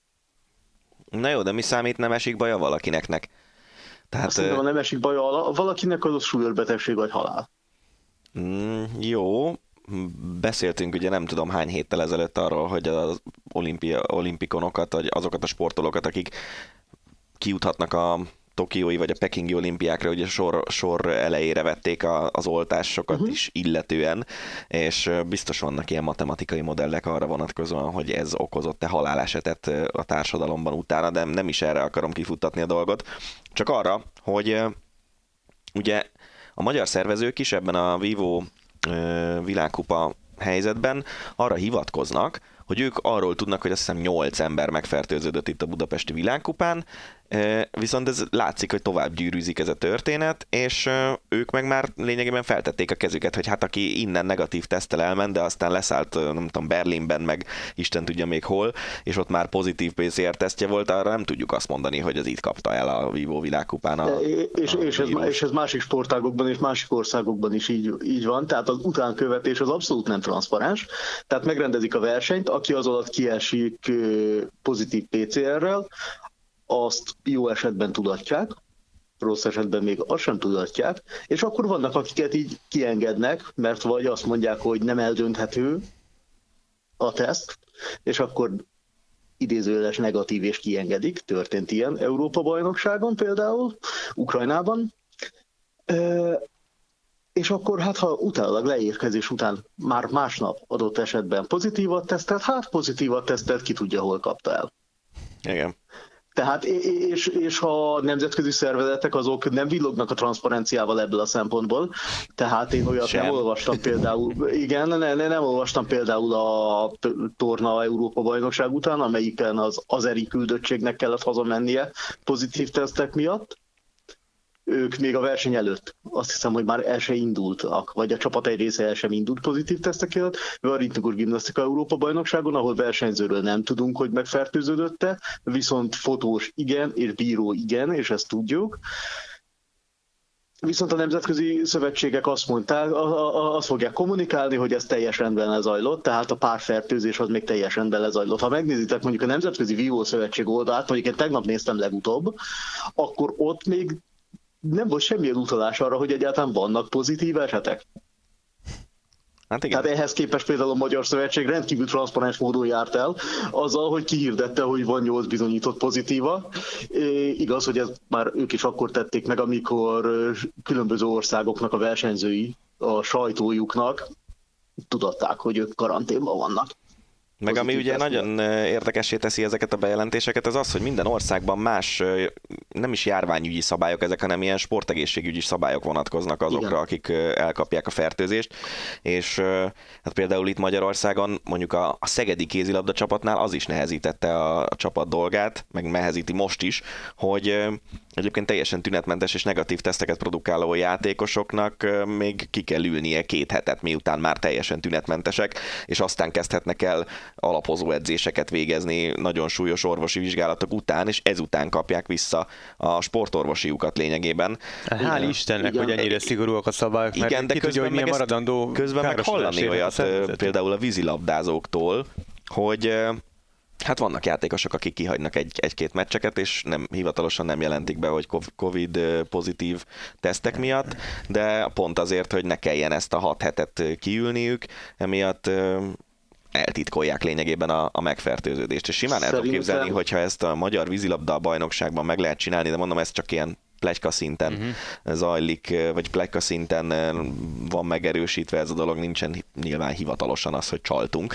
Na jó, de mi számít nem esik baja valakineknek? Tehát, azt mondom, nem esik baja valakinek, az súlyos betegség vagy halál. Mm, jó. Beszéltünk ugye nem tudom hány héttel ezelőtt arról, hogy az olimpia, olimpikonokat, vagy azokat a sportolókat, akik kijuthatnak a tokiói vagy a pekingi olimpiákra, ugye sor, sor elejére vették a, az oltásokat uh-huh. is illetően, és biztos vannak ilyen matematikai modellek arra vonatkozóan, hogy ez okozott-e halálesetet a társadalomban utána, de nem is erre akarom kifuttatni a dolgot, csak arra, hogy ugye a magyar szervezők is ebben a vívó világkupa helyzetben arra hivatkoznak, hogy ők arról tudnak, hogy azt hiszem nyolc ember megfertőződött itt a budapesti világkupán, Viszont ez látszik, hogy tovább gyűrűzik ez a történet, és ők meg már lényegében feltették a kezüket, hogy hát aki innen negatív teszttel elment, de aztán leszállt, nem tudom, Berlinben, meg Isten tudja még hol, és ott már pozitív pé cé er tesztje volt, arra nem tudjuk azt mondani, hogy az itt kapta el a Vívó világkupán a, és, a és, ez, és ez másik sportágokban és másik országokban is így, így van, tehát az utánkövetés az abszolút nem transzparens, tehát megrendezik a versenyt, aki az alatt kiesik pozitív pé cé errel, azt jó esetben tudatják, rossz esetben még azt sem tudatják, és akkor vannak, akiket így kiengednek, mert vagy azt mondják, hogy nem eldönthető a teszt, és akkor idézőjeles negatív és kiengedik, történt ilyen Európa-bajnokságon például, Ukrajnában, és akkor hát ha utána leérkezés után már másnap adott esetben pozitívat tesztelt, hát pozitívat tesztelt, ki tudja, hol kapta el. Igen. Tehát, és, és a nemzetközi szervezetek azok nem villognak a transzparenciával ebből a szempontból, tehát én olyat Sem. nem olvastam például, igen, nem, nem, nem olvastam például a torna Európa-bajnokság után, amelyiken az azeri küldöttségnek kellett hazamennie pozitív tesztek miatt. Ők még a verseny előtt, azt hiszem, hogy már el se indultak, vagy a csapat egy része el sem indult pozitív tesztek előtt. A ritmikus gimnasztika Európa-bajnokságon, ahol versenyzőről nem tudunk, hogy megfertőződött-e, viszont fotós igen, és bíró igen, és ezt tudjuk. Viszont a nemzetközi szövetségek azt mondták, azt fogják kommunikálni, hogy ez teljes rendben lezajlott, tehát a párfertőzés az még teljes rendben lezajlott. Ha megnézitek mondjuk a Nemzetközi Vívó Szövetség oldalát, mondjuk én tegnap néztem legutóbb, akkor ott még nem volt semmilyen utalás arra, hogy egyáltalán vannak pozitív esetek. Hát igen. Tehát ehhez képest például a Magyar Szövetség rendkívül transzparens módon járt el, azzal, hogy kihirdette, hogy van nyolc bizonyított pozitíva. É, igaz, hogy ezt már ők is akkor tették meg, amikor különböző országoknak a versenyzői a sajtójuknak tudatták, hogy ők karanténban vannak. Meg ami ugye nagyon érdekessé teszi ezeket a bejelentéseket, az az, hogy minden országban más, nem is járványügyi szabályok ezek, hanem ilyen sportegészségügyi szabályok vonatkoznak azokra, igen, akik elkapják a fertőzést. És hát például itt Magyarországon mondjuk a, a szegedi kézilabda csapatnál az is nehezítette a, a csapat dolgát, meg nehezíti most is, hogy egyébként teljesen tünetmentes és negatív teszteket produkáló játékosoknak még ki kell ülnie két hetet, miután már teljesen tünetmentesek, és aztán kezdhetnek el alapozó edzéseket végezni nagyon súlyos orvosi vizsgálatok után, és ezután kapják vissza a sportorvosiukat lényegében. Hál' igen, Istennek, igen, hogy ennyire szigorúak a szabályok, mert igen, de ki tudja, hogy milyen maradandó közben meg hallani olyat a például a vízilabdázóktól, hogy hát vannak játékosok, akik kihagynak egy, egy-két meccseket, és nem, hivatalosan nem jelentik be, hogy Covid pozitív tesztek miatt, de pont azért, hogy ne kelljen ezt a hat hetet kiülniük, emiatt eltitkolják lényegében a, a megfertőződést. És simán el tudom képzelni, hogyha ezt a magyar vízilabda bajnokságban meg lehet csinálni, de mondom, ez csak ilyen pletyka szinten uh-huh. zajlik, vagy pletyka szinten van megerősítve ez a dolog, nincsen nyilván hivatalosan az, hogy csaltunk.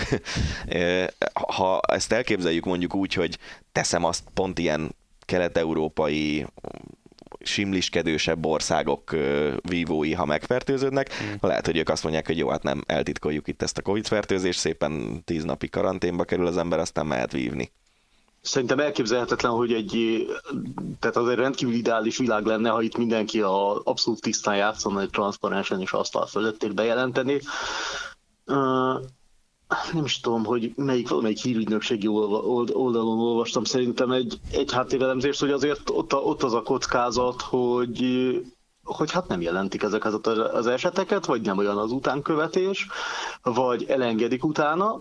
Ha ezt elképzeljük mondjuk úgy, hogy teszem azt pont ilyen kelet-európai simliskedősebb országok vívói, ha megfertőződnek, mm. lehet, hogy ők azt mondják, hogy jó, hát nem eltitkoljuk itt ezt a Covid-fertőzést, szépen tíz napi karanténba kerül az ember, aztán mehet vívni. Szerintem elképzelhetetlen, hogy egy, tehát az egy rendkívül ideális világ lenne, ha itt mindenki a abszolút tisztán játszana, egy transzparensen és asztal fölöttét bejelenteni. Uh, nem is tudom, hogy melyik valamelyik hírügynökségi oldalon olvastam szerintem egy, egy háttérelemzést, hogy azért ott, a, ott az a kockázat, hogy, hogy hát nem jelentik ezeket az eseteket, vagy nem olyan az utánkövetés, vagy elengedik utána,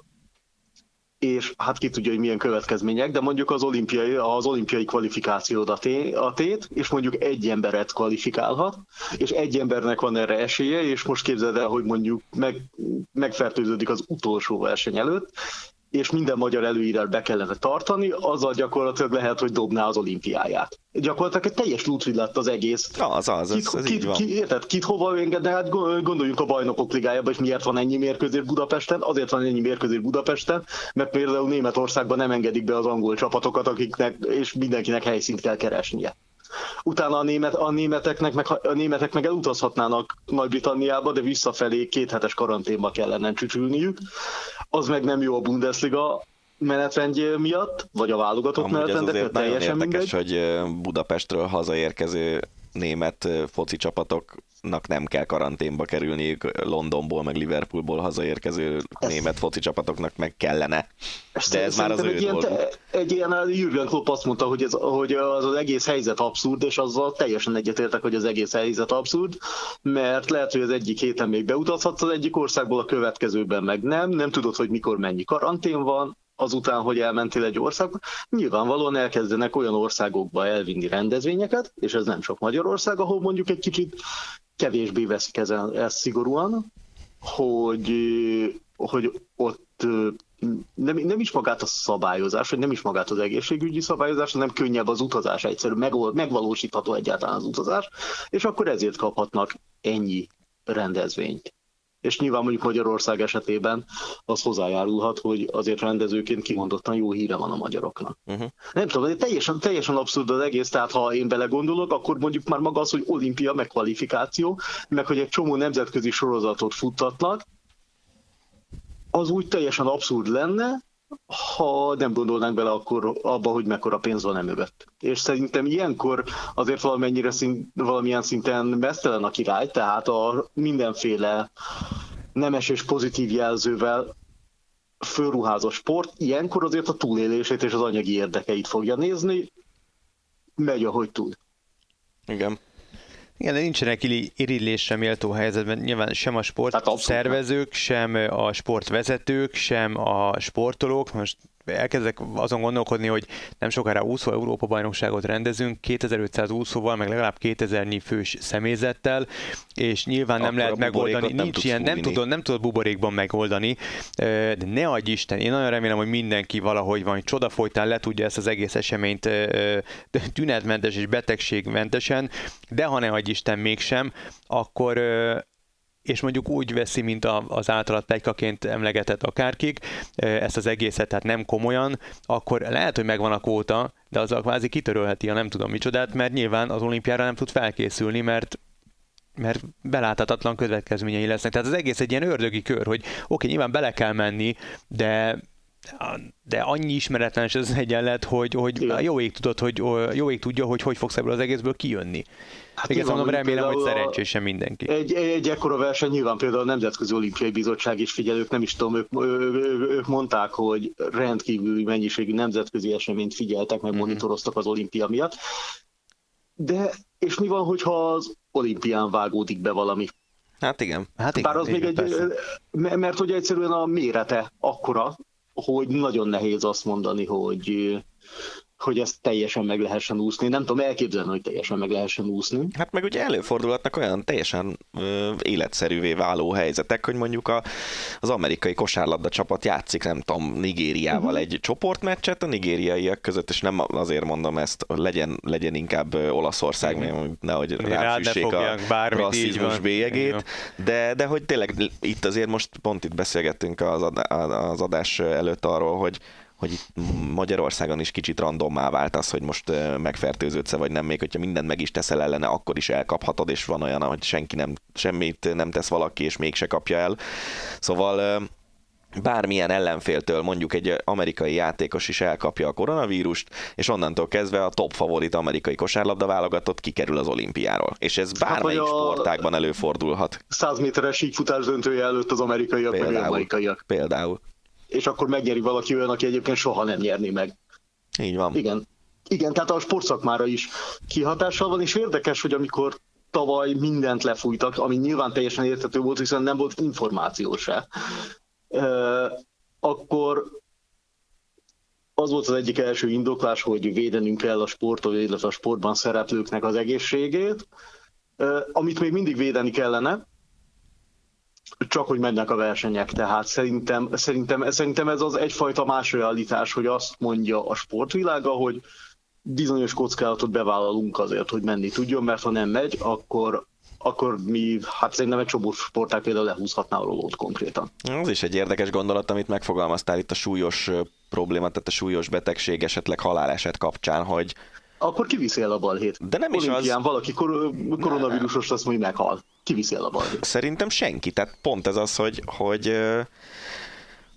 és hát ki tudja, hogy milyen következmények, de mondjuk az olimpiai, az olimpiai kvalifikációt a tét, és mondjuk egy emberet kvalifikálhat, és egy embernek van erre esélye, és most képzeld el, hogy mondjuk meg, megfertőződik az utolsó verseny előtt, és minden magyar előírás be kellene tartani, azzal gyakorlatilag lehet, hogy dobná az olimpiáját. Gyakorlatilag egy teljes lútrid lett az egész. Az, az, kit, ez, ez kit, így van. Kit, érted, kit hova engedne? Hát gondoljunk a Bajnokok Ligájába, és miért van ennyi mérkőzés Budapesten? Azért van ennyi mérkőzés Budapesten, mert például Németországban nem engedik be az angol csapatokat, akiknek, és mindenkinek helyszínt kell keresnie. Utána a, német, a, németeknek meg, a németek meg elutazhatnának Nagy-Britanniába, de visszafelé két hetes karanténba kellene csücsülniük. Az meg nem jó a Bundesliga menetrendje miatt, vagy a válogatott menetrendek, teljesen érdekes, mindegy. hogy Budapestről hazaérkező német foci csapatoknak nem kell karanténba kerülniük, Londonból, meg Liverpoolból hazaérkező ez... német foci csapatoknak meg kellene. De ez már az ő dolguk. Egy ilyen Jürgen Klopp azt mondta, hogy, ez, hogy az, az egész helyzet abszurd, és azzal teljesen egyetértek, hogy az egész helyzet abszurd, mert lehet, hogy az egyik héten még beutazhatsz az egyik országból, a következőben meg nem, nem tudod, hogy mikor mennyi karantén van, azután, hogy elmentél egy országba, nyilvánvalóan elkezdenek olyan országokba elvinni rendezvényeket, és ez nem sok Magyarország, ahol mondjuk egy kicsit kevésbé veszik ezen, ezt szigorúan, hogy, hogy ott nem, nem is magát a szabályozás, vagy nem is magát az egészségügyi szabályozás, hanem könnyebb az utazás, egyszerű, megvalósítható egyáltalán az utazás, és akkor ezért kaphatnak ennyi rendezvényt. És nyilván mondjuk Magyarország esetében az hozzájárulhat, hogy azért rendezőként kimondottan jó híre van a magyaroknak. Uh-huh. Nem tudom, teljesen, teljesen abszurd az egész, tehát ha én belegondolok, akkor mondjuk már maga az, hogy olimpia, meg kvalifikáció, meg hogy egy csomó nemzetközi sorozatot futtatnak, az úgy teljesen abszurd lenne, ha nem gondolnánk bele akkor abba, hogy mekkora pénz van emögött. És szerintem ilyenkor azért valamennyire szint, valamilyen szinten meztelen a király, tehát a mindenféle nemes és pozitív jelzővel fölruházott sport ilyenkor azért a túlélését és az anyagi érdekeit fogja nézni, megy ahogy tud. Igen. Igen, de nincsenek irigylésre méltó helyzetben, nyilván sem a sportszervezők, sem a sportvezetők, sem a sportolók. Most elkezdek azon gondolkodni, hogy nem sokára úszó Európa-bajnokságot rendezünk, kétezer-ötszáz úszóval, meg legalább kétezernyi fős személyzettel, és nyilván nem akkor lehet megoldani, nem nincs ilyen, nem tudod, nem tudod buborékban megoldani, de ne adj Isten, én nagyon remélem, hogy mindenki valahogy van, csodafolytán le tudja ezt az egész eseményt tünetmentes és betegségmentesen, de ha ne adj Isten mégsem, akkor és mondjuk úgy veszi, mint az általad pletykaként emlegetett akárkik, ezt az egészet, tehát nem komolyan, akkor lehet, hogy megvan a kvóta, de azzal kvázi kitörölheti a nem tudom micsodát, mert nyilván az olimpiára nem tud felkészülni, mert mert beláthatatlan következményei lesznek. Tehát az egész egy ilyen ördögi kör, hogy oké, okay, nyilván bele kell menni, de de annyi ismeretlen is az egyenlet, hogy, hogy jó ég tudod, hogy jó ég tudja, hogy hogy fogsz ebből az egészből kijönni. Hát még ezt mondom, remélem, hogy szerencsésen mindenki. Egy, egy ekkora verseny nyilván például a Nemzetközi Olimpiai Bizottság is figyelők, nem is tudom, ők, ők mondták, hogy rendkívüli mennyiségű nemzetközi eseményt figyeltek, meg monitoroztak az olimpia miatt. De, és mi van, hogyha az olimpián vágódik be valami? Hát igen. Hát igen, Bár az igen, még egy, mert hogy egyszerűen a mérete akkora, hogy nagyon nehéz azt mondani, hogy, hogy ezt teljesen meg lehessen úszni. Nem tudom elképzelni, hogy teljesen meg lehessen úszni. Hát meg ugye előfordulhatnak olyan teljesen ö, életszerűvé váló helyzetek, hogy mondjuk a, az amerikai kosárlabda csapat játszik, nem tudom, Nigériával uh-huh. egy csoportmeccset, a nigériaiak között, és nem azért mondom ezt, legyen, legyen inkább Olaszország, uh-huh. nehogy ráfűssék a rasszizmus bélyegét, de, de hogy tényleg itt azért most pont itt beszélgettünk az, adá, az adás előtt arról, hogy hogy itt Magyarországon is kicsit randommá vált az, hogy most megfertőződsz-e vagy nem, még hogyha mindent meg is teszel ellene, akkor is elkaphatod, és van olyan, hogy senki nem, semmit nem tesz valaki, és mégse kapja el. Szóval bármilyen ellenféltől mondjuk egy amerikai játékos is elkapja a koronavírust, és onnantól kezdve a top favorit amerikai kosárlabda válogatott kikerül az olimpiáról. És ez bármelyik hát, sportágban előfordulhat. száz méteres síkfutás döntője előtt az amerikaiak, például, meg az amerikaiak. Például. És akkor megnyeri valaki olyan, aki egyébként soha nem nyerni meg. Így van. Igen. Igen, tehát a sportszakmára is kihatással van, és érdekes, hogy amikor tavaly mindent lefújtak, ami nyilván teljesen érthető volt, hiszen nem volt információ se, euh, akkor az volt az egyik első indoklás, hogy védenünk kell a sportot, illetve a sportban szereplőknek az egészségét, euh, amit még mindig védeni kellene, csak hogy mennek a versenyek, tehát szerintem, szerintem, szerintem ez az egyfajta más realitás, hogy azt mondja a sportvilága, hogy bizonyos kockázatot bevállalunk azért, hogy menni tudjon, mert ha nem megy, akkor, akkor mi, hát szerintem egy csomó sportág például lehúzhatná a rolót konkrétan. Az is egy érdekes gondolat, amit megfogalmaztál itt a súlyos probléma, tehát a súlyos betegség, esetleg haláleset kapcsán, hogy akkor kiviszi el a balhét. De nem is Olimpián az... valaki kor- koronavírusos azt mondja, meghal. Kiviszi el a balhét. Szerintem senki. Tehát pont ez az, hogy, hogy,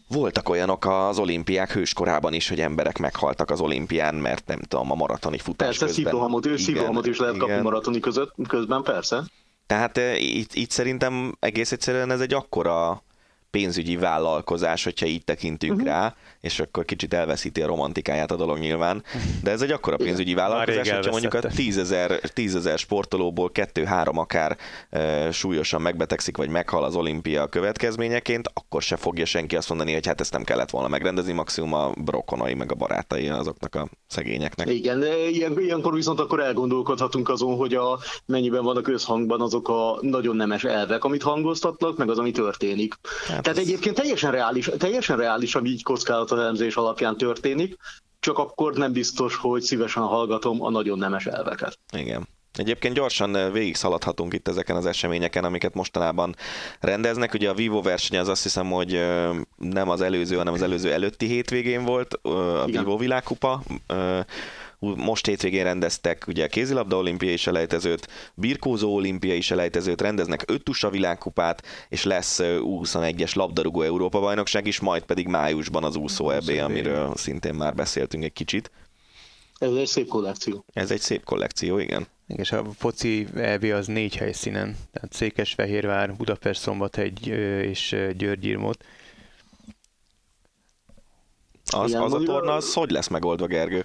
voltak olyanok az olimpiák hőskorában is, hogy emberek meghaltak az olimpián, mert nem tudom, a maratoni futás persze, közben. Szívrohamot, szívrohamot is lehet kapni maratoni között, közben, persze. Tehát itt, itt szerintem egész egyszerűen ez egy akkora pénzügyi vállalkozás, hogyha így tekintünk uh-huh. rá, és akkor kicsit elveszíti a romantikáját a dolog nyilván, de ez egy akkora pénzügyi vállalkozás, hogyha mondjuk a tízezer, tízezer sportolóból kettő-három akár e, súlyosan megbetegszik, vagy meghal az olimpia következményeként, akkor se fogja senki azt mondani, hogy hát ezt nem kellett volna megrendezni, maximum a rokonai, meg a barátai azoknak a szegényeknek. Igen, de ilyen, ilyenkor viszont akkor elgondolkodhatunk azon, hogy a, mennyiben vannak összhangban azok a nagyon nemes elvek, amit hangoztatnak, meg az, ami történik. Hát Tehát ez... egyébként teljesen reális, teljesen reális, ami így kockázatelemzés alapján történik, csak akkor nem biztos, hogy szívesen hallgatom a nagyon nemes elveket. Igen. Egyébként gyorsan végig szaladhatunk itt ezeken az eseményeken, amiket mostanában rendeznek. Ugye a Vivo verseny az azt hiszem, hogy nem az előző, hanem az előző előtti hétvégén volt, a Igen. Vivo világkupa. Most hétvégén rendeztek ugye kézilabda olimpiai selejtezőt, birkózó olimpiai selejtezőt, rendeznek öt u es á világkupát, és lesz u huszonegyes labdarúgó Európa-bajnokság is, majd pedig májusban az úszó é bé, amiről szintén már beszéltünk egy kicsit. Ez egy szép kollekció. Ez egy szép kollekció, igen. És a foci é bé az négy helyszínen, tehát Székesfehérvár, Budapest, Szombathegy és György-Irmót. Az, az a torna, az hogy lesz megoldva, Gergő?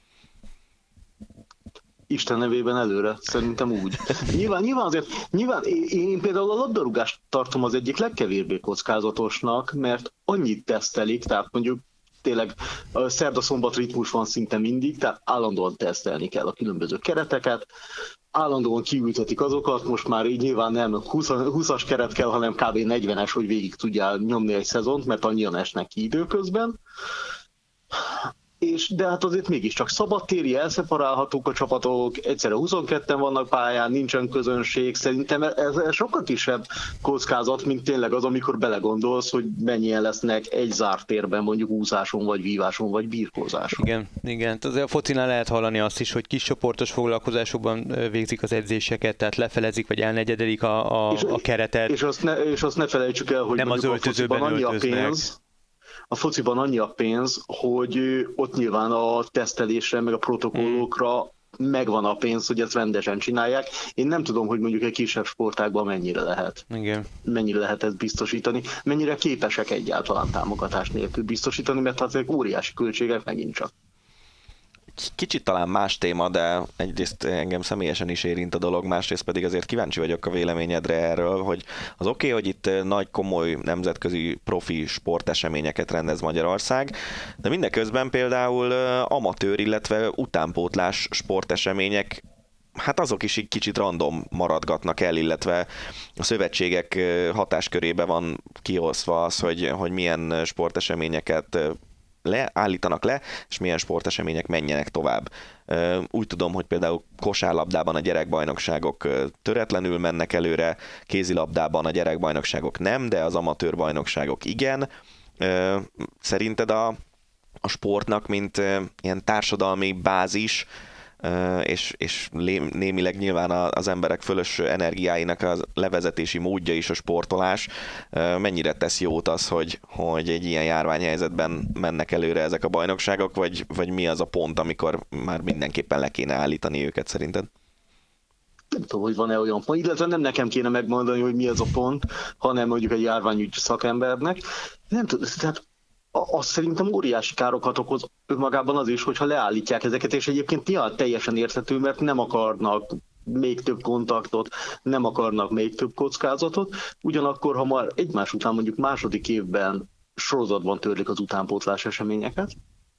Isten nevében előre, szerintem úgy. Nyilván, nyilván azért, nyilván én, én például a labdarúgást tartom az egyik legkevésbé kockázatosnak, mert annyit tesztelik, tehát mondjuk tényleg a szerda-szombat ritmus van szinte mindig, tehát állandóan tesztelni kell a különböző kereteket, állandóan kiültetik azokat, most már így nyilván nem húszas keret kell, hanem kb. negyvenes, hogy végig tudjál nyomni egy szezont, mert annyian esnek ki időközben. És, de hát azért mégiscsak szabadtéri, elszeparálhatók a csapatok, egyszerre huszonketten vannak pályán, nincsen közönség, szerintem ez, ez sokkal kisebb kockázat, mint tényleg az, amikor belegondolsz, hogy mennyien lesznek egy zárt térben, mondjuk úszáson, vagy víváson, vagy birkózáson. Igen, igen. Azért a focinál lehet hallani azt is, hogy kis csoportos foglalkozásokban végzik az edzéseket, tehát lefelezik, vagy elnegyedelik a, a, és, a keretet. És azt, ne, és azt ne felejtsük el, hogy nem az öltözőben annyi a pénz, a fociban annyi a pénz, hogy ott nyilván a tesztelésre, meg a protokollokra megvan a pénz, hogy ezt rendesen csinálják. Én nem tudom, hogy mondjuk egy kisebb sportágban mennyire lehet. Igen. Mennyire lehet ezt biztosítani, mennyire képesek egyáltalán támogatás nélkül biztosítani, mert hát ezek óriási költségek megint csak. Kicsit talán más téma, de egyrészt engem személyesen is érint a dolog, másrészt pedig azért kíváncsi vagyok a véleményedre erről, hogy az oké, okay, hogy itt nagy, komoly nemzetközi profi sporteseményeket rendez Magyarország, de mindeközben például amatőr, illetve utánpótlás sportesemények, hát azok is így kicsit random maradgatnak el, illetve a szövetségek hatáskörébe van kiosztva az, hogy, hogy milyen sporteseményeket leállítanak le, és milyen sportesemények menjenek tovább. Úgy tudom, hogy például kosárlabdában a gyerekbajnokságok töretlenül mennek előre, kézilabdában a gyerekbajnokságok nem, de az amatőr bajnokságok igen. Szerinted a, a sportnak, mint ilyen társadalmi bázis, és, és némileg nyilván az emberek fölös energiáinak a levezetési módja is a sportolás, mennyire tesz jót az, hogy, hogy egy ilyen járványhelyzetben mennek előre ezek a bajnokságok, vagy, vagy mi az a pont, amikor már mindenképpen le kéne állítani őket szerinted? Nem tudom, hogy van-e olyan pont, illetve nem nekem kéne megmondani, hogy mi az a pont, hanem mondjuk egy járványügyi szakembernek. Nem tudom, tehát azt szerintem óriási károkat okoz önmagában az is, hogyha leállítják ezeket, és egyébként nyilván teljesen érthető, mert nem akarnak még több kontaktot, nem akarnak még több kockázatot, ugyanakkor, ha már egymás után mondjuk második évben sorozatban törlik az utánpótlás eseményeket,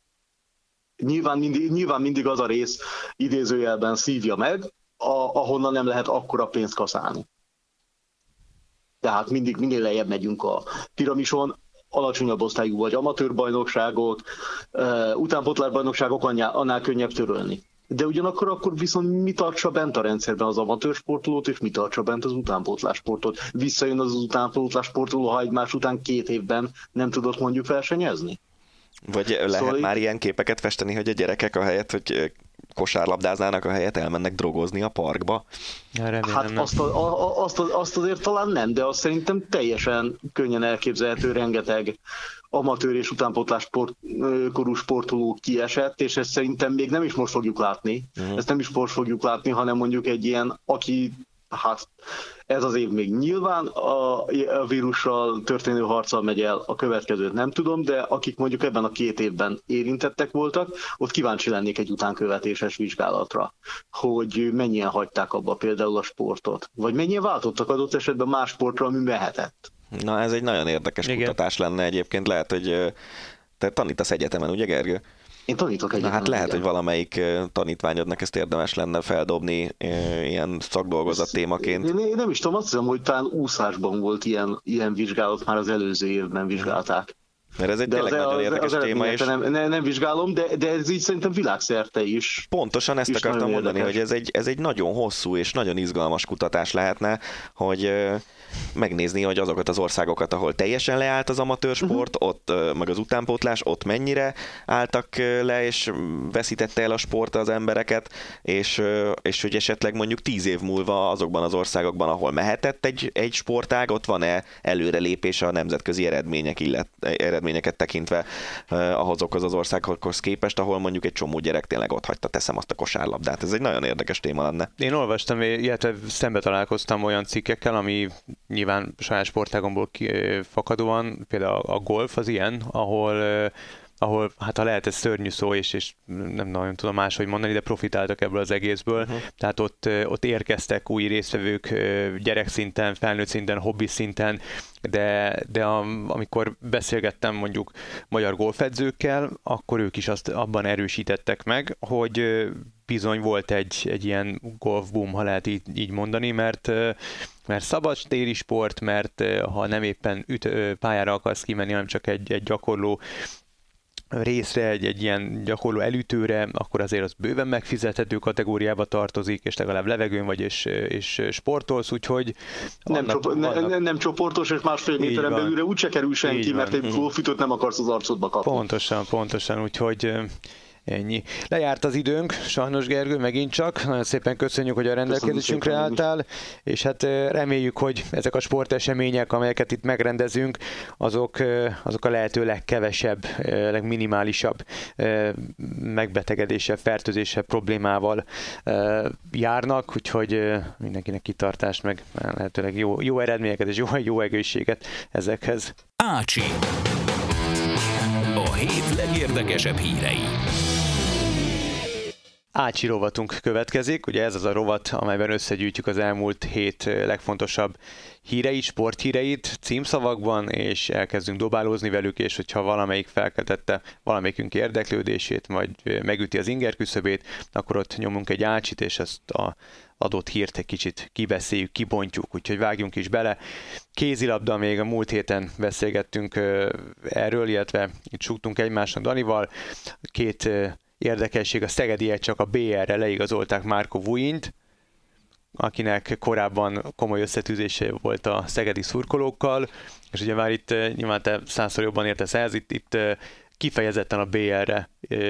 nyilván mindig, nyilván mindig az a rész idézőjelben szívja meg, a, ahonnan nem lehet akkora pénzt kaszálni. Tehát mindig minél lejjebb megyünk a piramison, alacsonyabb osztályú vagy amatőrbajnokságok, utánpótlásbajnokságok, annál könnyebb törölni. De ugyanakkor akkor viszont mi tartsa bent a rendszerben az amatőrsportolót, és mi tartsa bent az utánpótlássportot? Visszajön az utánpótlássportoló, ha egymás után két évben nem tudott mondjuk versenyezni? Vagy lehet szóval már így... ilyen képeket festeni, hogy a gyerekek a helyet, hogy kosárlabdáznának a helyet, elmennek drogozni a parkba? Ja, remélem, hát azt, a, a, azt, a, azt azért talán nem, de azt szerintem teljesen könnyen elképzelhető, rengeteg amatőr és utánpótlás sport, korú sportoló kiesett, és ezt szerintem még nem is most fogjuk látni. Uh-huh. Ezt nem is most fogjuk látni, hanem mondjuk egy ilyen, aki, hát ez az év még nyilván a, a vírussal történő harccal megy el, a következőt nem tudom, de akik mondjuk ebben a két évben érintettek voltak, ott kíváncsi lennék egy utánkövetéses vizsgálatra, hogy mennyien hagyták abba például a sportot, vagy mennyien váltottak adott esetben más sportra, ami mehetett. Na, ez egy nagyon érdekes Igen. kutatás lenne egyébként, lehet, hogy te tanítasz egyetemen, ugye Gergő? Én tanítok egyetemen. Na hát lehet, igen. hogy valamelyik tanítványodnak ezt érdemes lenne feldobni ilyen szakdolgozat témaként. Én, én nem is tudom, azt hiszem, hogy talán úszásban volt ilyen, ilyen vizsgálat, már az előző évben vizsgálták. Mert ez egy de tényleg az, nagyon az, érdekes az téma. És... Nem, nem, nem vizsgálom, de, de ez így szerintem világszerte is. Pontosan ezt akartam mondani, érdekes. hogy ez egy, ez egy nagyon hosszú és nagyon izgalmas kutatás lehetne, hogy megnézni, hogy azokat az országokat, ahol teljesen leállt az amatőr sport, uh-huh. ott meg az utánpótlás, ott mennyire álltak le, és veszítette el a sport az embereket, és, és hogy esetleg mondjuk tíz év múlva azokban az országokban, ahol mehetett egy, egy sportág, ott van-e előrelépés a nemzetközi eredmények, illet, eredményeket tekintve ahhozokhoz az országokhoz képest, ahol mondjuk egy csomó gyerek tényleg ott hagyta, teszem azt a kosárlabdát. Ez egy nagyon érdekes téma lenne. Én olvastam, illetve szembe találkoztam olyan cikkekkel, ami nyilván saját sportágomból fakadóan, például a golf az ilyen, ahol, ahol hát ha lehet ez szörnyű szó, és, és nem nagyon tudom máshogy mondani, de profitáltak ebből az egészből. Uh-huh. Tehát ott, ott érkeztek új résztvevők gyerekszinten, felnőtt szinten, hobbi szinten, de, de a, amikor beszélgettem mondjuk magyar golfedzőkkel, akkor ők is azt abban erősítettek meg, hogy bizony volt egy, egy ilyen golfboom, ha lehet így, így mondani, mert, mert szabad téri sport, mert ha nem éppen üt, pályára akarsz kimenni, hanem csak egy, egy gyakorló részre, egy, egy ilyen gyakorló elütőre, akkor azért az bőven megfizethető kategóriába tartozik, és legalább levegőn vagy, és, és sportolsz, úgyhogy... Nem, annak, csop- annak... nem, nem csoportos, és másfél méteren belülre úgyse kerül senki, mert egy golfütőt nem akarsz az arcodba kapni. Pontosan, pontosan, úgyhogy... Ennyi. Lejárt az időnk, sajnos Gergő, megint csak. Nagyon szépen köszönjük, hogy a rendelkezésünkre álltál, és hát reméljük, hogy ezek a sportesemények, amelyeket itt megrendezünk, azok, azok a lehető legkevesebb, legminimálisabb megbetegedéssel, fertőzéssel, problémával járnak, úgyhogy mindenkinek kitartást, meg lehetőleg jó, jó eredményeket és jó, jó egészséget ezekhez. Ácsi. A hét legérdekesebb hírei. Ácsi rovatunk következik, ugye ez az a rovat, amelyben összegyűjtjük az elmúlt hét legfontosabb híreit, sporthíreit címszavakban, és elkezdünk dobálózni velük, és hogyha valamelyik felkeltette valamelyikünk érdeklődését, vagy megüti az inger küszöbét, akkor ott nyomunk egy ácsit, és ezt a adott hírt egy kicsit kibeszéljük, kibontjuk, úgyhogy vágjunk is bele. Kézilabda, még a múlt héten beszélgettünk erről, illetve itt súgtunk egymásnak Danival. Két érdekesség, a szegediek csak a bé er-re leigazolták Marco Vujint, akinek korábban komoly összetűzése volt a szegedi szurkolókkal, és ugye már itt nyilván te százszor jobban értesz ehhez, itt, itt kifejezetten a bé er-re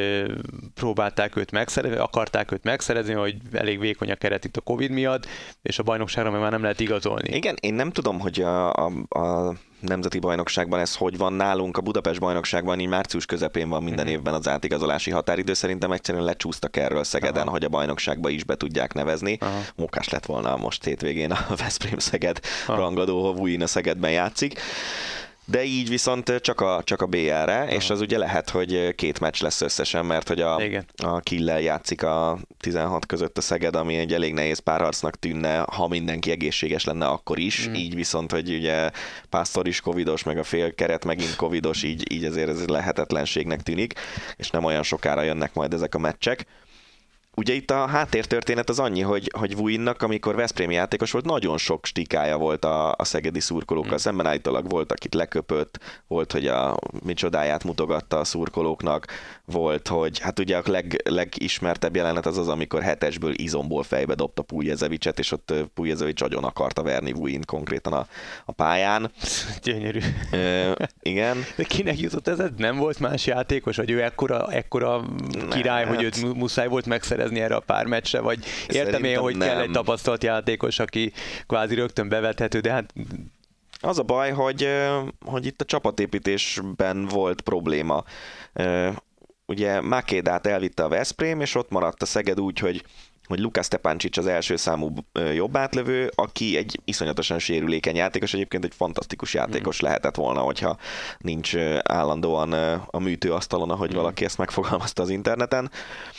próbálták őt megszerezni, akarták őt megszerezni, hogy elég vékony a keret itt a Covid miatt, és a bajnokságra már nem lehet igazolni. Igen, én nem tudom, hogy a, a, a nemzeti bajnokságban ez hogy van nálunk, a Budapest bajnokságban így március közepén van minden mm-hmm. évben az átigazolási határidő, szerintem egyszerűen lecsúsztak erről Szegeden, Aha. hogy a bajnokságba is be tudják nevezni. Aha. Mókás lett volna most hétvégén a Veszprém-Szeged rangadó, ha Vujin a Szegedben játszik. De így viszont csak a, csak a bé er-re, Aha. és az ugye lehet, hogy két meccs lesz összesen, mert hogy a, a Kiel-lel játszik a tizenhat között a Szeged, ami egy elég nehéz párharcnak tűnne, ha mindenki egészséges lenne akkor is, mm. így viszont, hogy ugye Pásztor is covidos, meg a fél keret megint covidos, így, így ezért ez lehetetlenségnek tűnik, és nem olyan sokára jönnek majd ezek a meccsek. Ugye itt a háttértörténet az annyi, hogy, hogy Vujinnak, amikor veszprémi játékos volt, nagyon sok stikája volt a, a szegedi szurkolókkal. Mm. Szemben állítólag volt, akit leköpött, volt, hogy a micsodáját mutogatta a szurkolóknak, volt, hogy hát ugye a leg, legismertebb jelenet az az, amikor hetesből izomból fejbe dobta Pujezevicet, és ott Pujezevic agyon akarta verni Vujint konkrétan a, a pályán. Gyönyörű. E, igen. De kinek jutott ez? Nem volt más játékos, hogy ő ekkora, ekkora király, nem, hogy hát... őt muszáj volt megszerezni erre a pár meccsre, vagy értem én, hogy nem. kell egy tapasztalt játékos, aki kvázi rögtön bevethető, de hát Az a baj, hogy, hogy itt a csapatépítésben volt probléma. Ugye Makédát elvitte a Veszprém, és ott maradt a Szeged úgy, hogy hogy Luka Stepancic az első számú jobb átlövő, aki egy iszonyatosan sérülékeny játékos, egyébként egy fantasztikus játékos mm. lehetett volna, hogyha nincs állandóan a műtőasztalon, ahogy mm. valaki ezt megfogalmazta az interneten.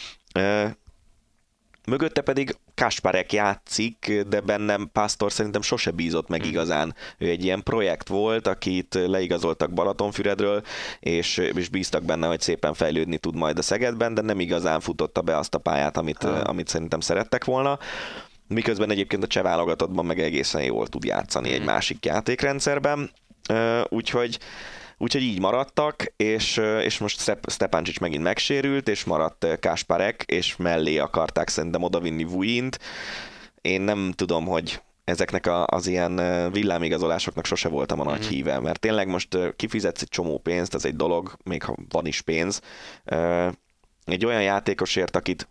Mögötte pedig Kasparek játszik, de bennem Pásztor szerintem sose bízott meg igazán. Ő egy ilyen projekt volt, akit leigazoltak Balatonfüredről, és, és bíztak benne, hogy szépen fejlődni tud majd a Szegedben, de nem igazán futotta be azt a pályát, amit, amit szerintem szerettek volna. Miközben egyébként a cseh válogatottban meg egészen jól tud játszani mm. egy másik játékrendszerben. Úgyhogy Úgyhogy így maradtak, és, és most Stepancic megint megsérült, és maradt Kasparek, és mellé akarták szerintem odavinni Vuint. Én nem tudom, hogy ezeknek a, az ilyen villámigazolásoknak sose voltam a nagy híve, mert tényleg most kifizetsz egy csomó pénzt, ez egy dolog, még ha van is pénz. Egy olyan játékosért, akit,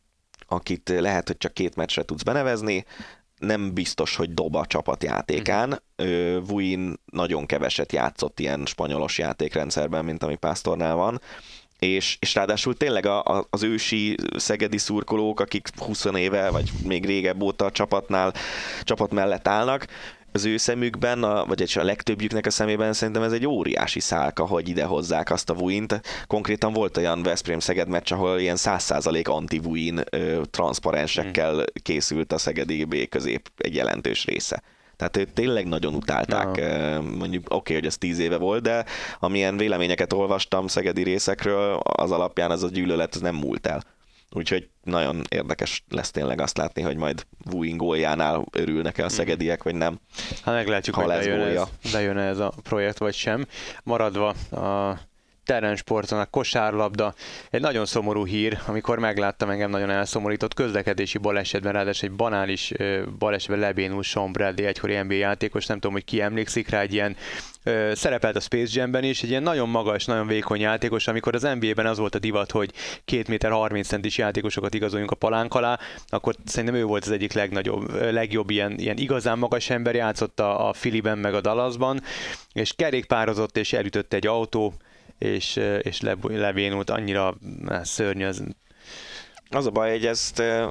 akit lehet, hogy csak két meccsre tudsz benevezni, nem biztos, hogy dob a csapatjátékán. Mm. Vuin nagyon keveset játszott ilyen spanyolos játékrendszerben, mint ami Pásztornál van, és, és ráadásul tényleg a, a, az ősi szegedi szurkolók, akik húsz éve, vagy még régebb óta a csapatnál, csapat mellett állnak, az ő szemükben, a, vagy a legtöbbjüknek a szemében szerintem ez egy óriási szálka, hogy ide hozzák azt a Vuint. Konkrétan volt olyan Veszprém-Szeged meccs, ahol ilyen száz százalék anti-Vuin transzparensekkel mm. készült a szegedi B közép egy jelentős része. Tehát őt tényleg nagyon utálták, no. mondjuk oké, okay, hogy ez tíz éve volt, de amilyen véleményeket olvastam szegedi részekről, az alapján az a gyűlölet az nem múlt el. Úgyhogy nagyon érdekes lesz tényleg azt látni, hogy majd Vuin góljánál örülnek-e a szegediek, vagy nem. Hát meglátjuk, hogy bejön ez, bejön ez a projekt, vagy sem. Maradva a terrensporton, a kosárlabda, egy nagyon szomorú hír, amikor megláttam, engem nagyon elszomorított, közlekedési balesetben, ráadásul egy banális balesetben lebénul Sean Bradley, egykori en bé á játékos, nem tudom, hogy ki emlékszik rá, egy ilyen szerepelt a Space Jamben is, egy ilyen nagyon magas, nagyon vékony játékos, amikor az en bé á-ben az volt a divat, hogy két méter harminc centis játékosokat igazoljunk a palánk alá, akkor szerintem ő volt az egyik legnagyobb, legjobb ilyen, ilyen igazán magas ember, játszott a, a Phillyben meg a Dallasban, és kerékpározott és elütötte egy autó, és, és lebénult, annyira szörnyű az. Az a baj, hogy ezt e,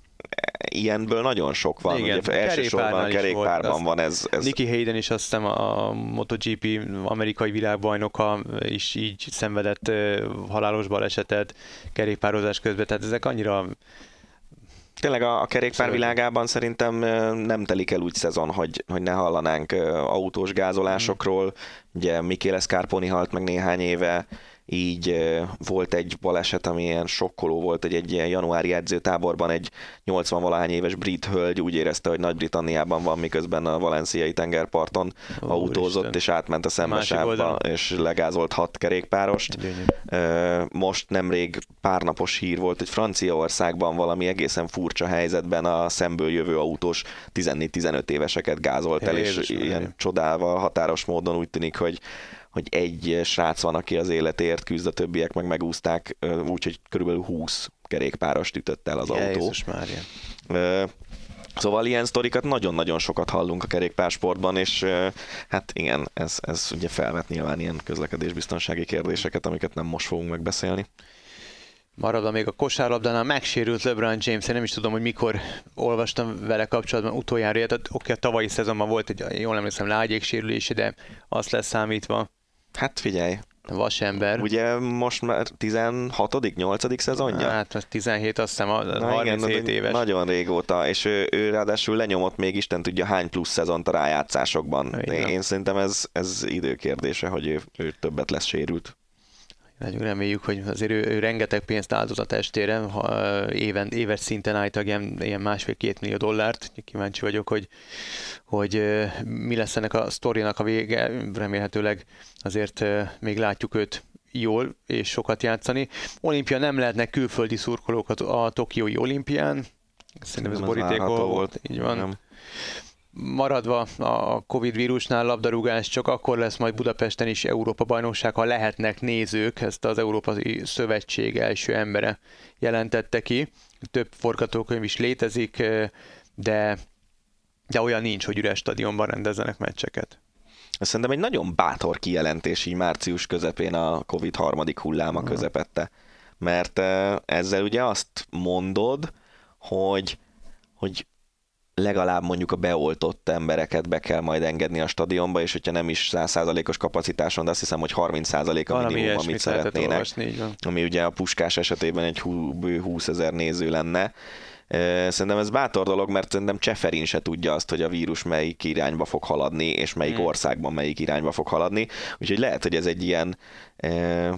ilyenből nagyon sok van. Igen, ugye elsősorban a kerékpárban van ez, ez. Nicky Hayden is, azt hiszem a MotoGP amerikai világbajnoka is így szenvedett halálos balesetet kerékpározás közben, tehát ezek annyira... Tényleg a, a kerékpár világában szerintem nem telik el úgy szezon, hogy, hogy ne hallanánk autós gázolásokról. Ugye Michele Scarponi halt meg néhány éve, így volt egy baleset, ami ilyen sokkoló volt, hogy egy ilyen januári edzőtáborban egy nyolcvan-valahány éves brit hölgy úgy érezte, hogy Nagy-Britanniában van, miközben a valenciai tengerparton Ó, autózott, Isten. És átment a szembesávba, és legázolt hat kerékpárost. Most nemrég pár napos hír volt, hogy Franciaországban valami egészen furcsa helyzetben a szemből jövő autós tizennégy-tizenöt éveseket gázolt el, és Jézus ilyen jaj. Csodával, határos módon úgy tűnik, hogy hogy egy srác van, aki az életért küzd, a többiek meg megúzták, úgyhogy körülbelül húsz kerékpárost ütött el az autó. Jézus Mária. Szóval ilyen sztorikat nagyon-nagyon sokat hallunk a kerékpársportban, és hát igen, ez, ez ugye felvet nyilván ilyen közlekedésbiztonsági kérdéseket, amiket nem most fogunk megbeszélni. Maradva még a kosárlabdánál, megsérült LeBron James, én nem is tudom, hogy mikor olvastam vele kapcsolatban utoljára, tehát oké, a tavalyi szezonban volt egy, jól emlékszem, lágyéksérülése, de azt lesz számítva. Hát figyelj. Vasember. Ugye most már tizenhatodik, nyolcadik szezonja? Hát tizenhét, azt hiszem, a harminchét igen, éves. Nagyon régóta, és ő, ő ráadásul lenyomott még Isten tudja hány plusz szezont a rájátszásokban. Én, én szerintem ez, ez időkérdése, hogy ő, ő többet lesz sérült. Nagyon reméljük, hogy azért ő, ő rengeteg pénzt áldoz a testére, ha éven, éves szinten állítak ilyen, ilyen másfél-két millió dollárt. Kíváncsi vagyok, hogy, hogy mi lesz ennek a sztorinak a vége. Remélhetőleg azért még látjuk őt jól és sokat játszani. Olimpia nem lehetnek külföldi szurkolók a tokiói olimpián. Szerintem ez borítékol volt. Így van. Nem. Maradva a Covid vírusnál labdarúgás csak akkor lesz majd Budapesten is Európa-bajnokság, ha lehetnek nézők, ezt az Európai Szövetség első embere jelentette ki. Több forgatókönyv is létezik, de, de olyan nincs, hogy üres stadionban rendezzenek meccseket. Ez szerintem egy nagyon bátor kijelentés így március közepén a Covid harmadik hulláma közepette. Mert ezzel ugye azt mondod, hogy, hogy legalább mondjuk a beoltott embereket be kell majd engedni a stadionba, és hogyha nem is száz százalékos kapacitáson, de azt hiszem, hogy harminc százalék a minimum, amit szeretnének. Olvasni, ami ugye a Puskás esetében egy bő húszezer néző lenne. Szerintem ez bátor dolog, mert szerintem Cseferin se tudja azt, hogy a vírus melyik irányba fog haladni, és melyik hmm. országban melyik irányba fog haladni. Úgyhogy lehet, hogy ez egy ilyen... Eh,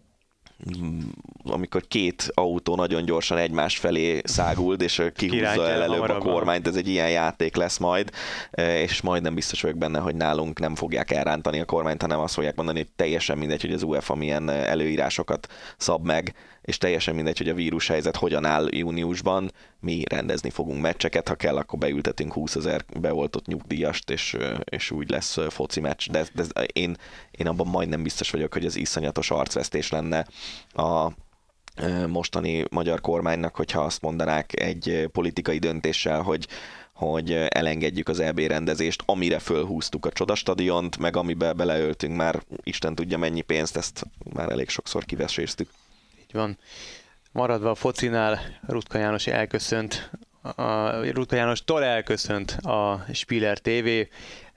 amikor két autó nagyon gyorsan egymás felé száguld, és kihúzza el előbb a kormányt, ez egy ilyen játék lesz majd, és majdnem biztos vagyok benne, hogy nálunk nem fogják elrántani a kormányt, hanem azt fogják mondani, hogy teljesen mindegy, hogy az UEFA milyen előírásokat szab meg, és teljesen mindegy, hogy a vírushelyzet hogyan áll júniusban, mi rendezni fogunk meccseket, ha kell, akkor beültetünk húszezer beoltott nyugdíjast, és, és úgy lesz foci meccs. De, de én, én abban majdnem biztos vagyok, hogy ez iszonyatos arcvesztés lenne a mostani magyar kormánynak, hogyha azt mondanák egy politikai döntéssel, hogy hogy elengedjük az é bé rendezést, amire fölhúztuk a Csodastadiont, meg amiben beleöltünk már Isten tudja mennyi pénzt, ezt már elég sokszor kiveséztük. Így van. Maradva a focinál, Rutka János elköszönt, a Rutka Jánostól elköszönt a Spiller té vé.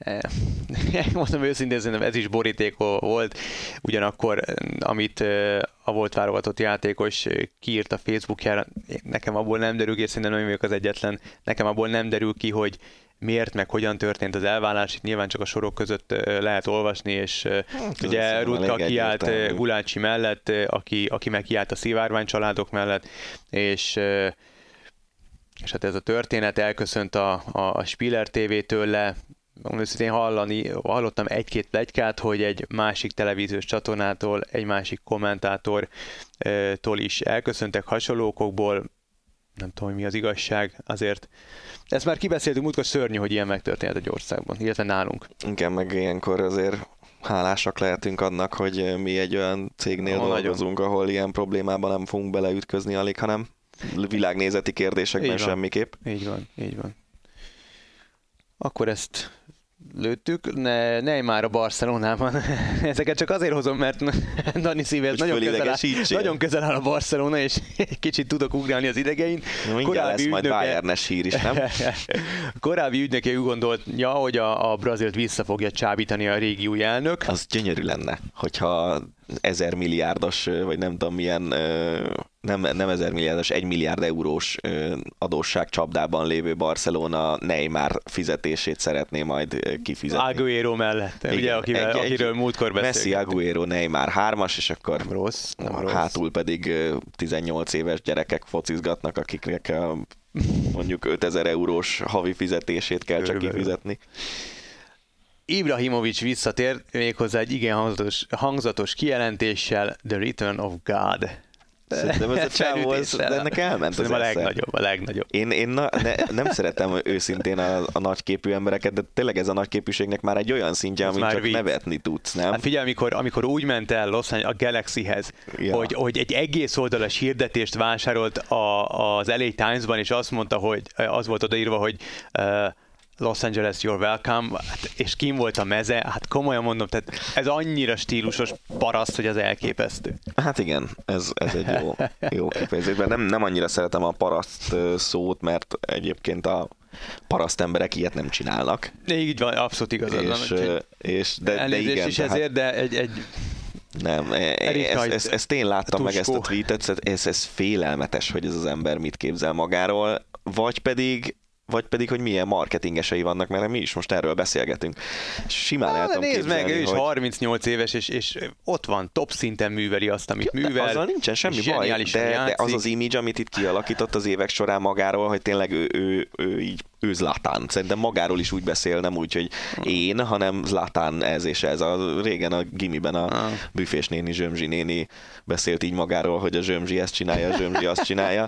Mondom őszintén, ez is borítéko volt, ugyanakkor amit a volt válogatott játékos kiírt a Facebookjára, nekem abból nem derül ki, és szerintem nem vagyok az egyetlen, nekem abból nem derül ki, hogy miért, meg hogyan történt az elvállás, itt nyilván csak a sorok között lehet olvasni, és hát, ugye Rutka kiállt Gulácsi mellett, aki, aki meg kiállt a szivárvány családok mellett, és, és hát ez a történet elköszönt a, a, a Spiller té vé-től le. Őszintén hallani, hallottam egy-két pletykát, hogy egy másik televíziós csatornától, egy másik kommentátortól is elköszöntek hasonlókokból. Nem tudom, hogy mi az igazság, azért ezt már kibeszéltünk, múltkor szörnyű, hogy ilyen megtörténhet egy országban, illetve nálunk. Igen, meg ilyenkor azért hálásak lehetünk annak, hogy mi egy olyan cégnél ah, dolgozunk, nagyon. Ahol ilyen problémában nem fogunk beleütközni alig, hanem világnézeti kérdésekben semmiképp. Így van, így van. Akkor ezt lőttük, ne, ne már a Barcelonában. Ezeket csak azért hozom, mert Dani szívéhez nagyon közel, áll, nagyon közel áll a Barcelona, és egy kicsit tudok ugrálni az idegein. Mindjárt lesz majd Bayernes hír is, nem? Korábbi ügynöke úgy gondolja, hogy a, a Brazilt vissza fogja csábítani a régi új elnök. Az gyönyörű lenne, hogyha ezer milliárdos, vagy nem tudom milyen, nem, nem ezer milliárdos, egy milliárd eurós adósság csapdában lévő Barcelona Neymar fizetését szeretné majd kifizetni. Agüero mellett, igen, ugye, akivel, egy, akiről múltkor beszélgetünk. Messi, Agüero, Neymar hármas, és akkor rossz, nem hátul rossz. pedig tizennyolc éves gyerekek focizgatnak, akiknek a, mondjuk ötezer eurós havi fizetését kell Körülbelül. Csak kifizetni. Ibrahimovic visszatér méghozzá egy igen hangzatos, hangzatos kijelentéssel, The Return of God. Szerintem ez a csávó, de ennek elment az a legnagyobb, a legnagyobb. Én, én na, ne, nem szeretem őszintén a, a nagyképű embereket, de tényleg ez a nagyképűségnek már egy olyan szintje, amit csak vicc. Nevetni tudsz, nem? Hát figyelj, amikor, amikor úgy ment el Los Angeles, a Galaxyhez, ja. hogy, hogy egy egész oldalas hirdetést vásárolt a, az el á Times-ban, és azt mondta, hogy az volt odaírva, hogy uh, Los Angeles, you're welcome, hát, és kim volt a meze, hát komolyan mondom, tehát ez annyira stílusos paraszt, hogy az elképesztő. Hát igen, ez, ez egy jó, jó kifejezés, mert nem, nem annyira szeretem a paraszt szót, mert egyébként a paraszt emberek ilyet nem csinálnak. Így van, abszolút igazad van. És, és de, de igen. is ezért, de egy... egy... Nem, ezt, ezt, ezt én láttam meg, ezt a tweetet, ez, ez félelmetes, hogy ez az ember mit képzel magáról, vagy pedig vagy pedig, hogy milyen marketingesei vannak, mert mi is most erről beszélgetünk. Simán el tudom nézd képzelni, meg, ő is hogy... harmincnyolc éves, és, és ott van, top szinten műveli azt, amit ja, művel. Azzal nincsen semmi baj, de, de az az image, amit itt kialakított az évek során magáról, hogy tényleg ő, ő, ő így ő Zlatan. Szerintem magáról is úgy beszél, nem úgy, hogy én, hanem Zlatan ez és ez. A, régen a gimiben a ah. büfés néni, Zsömzsi néni beszélt így magáról, hogy a Zsömzsi ezt csinálja, a Zsömzsi azt csinálja.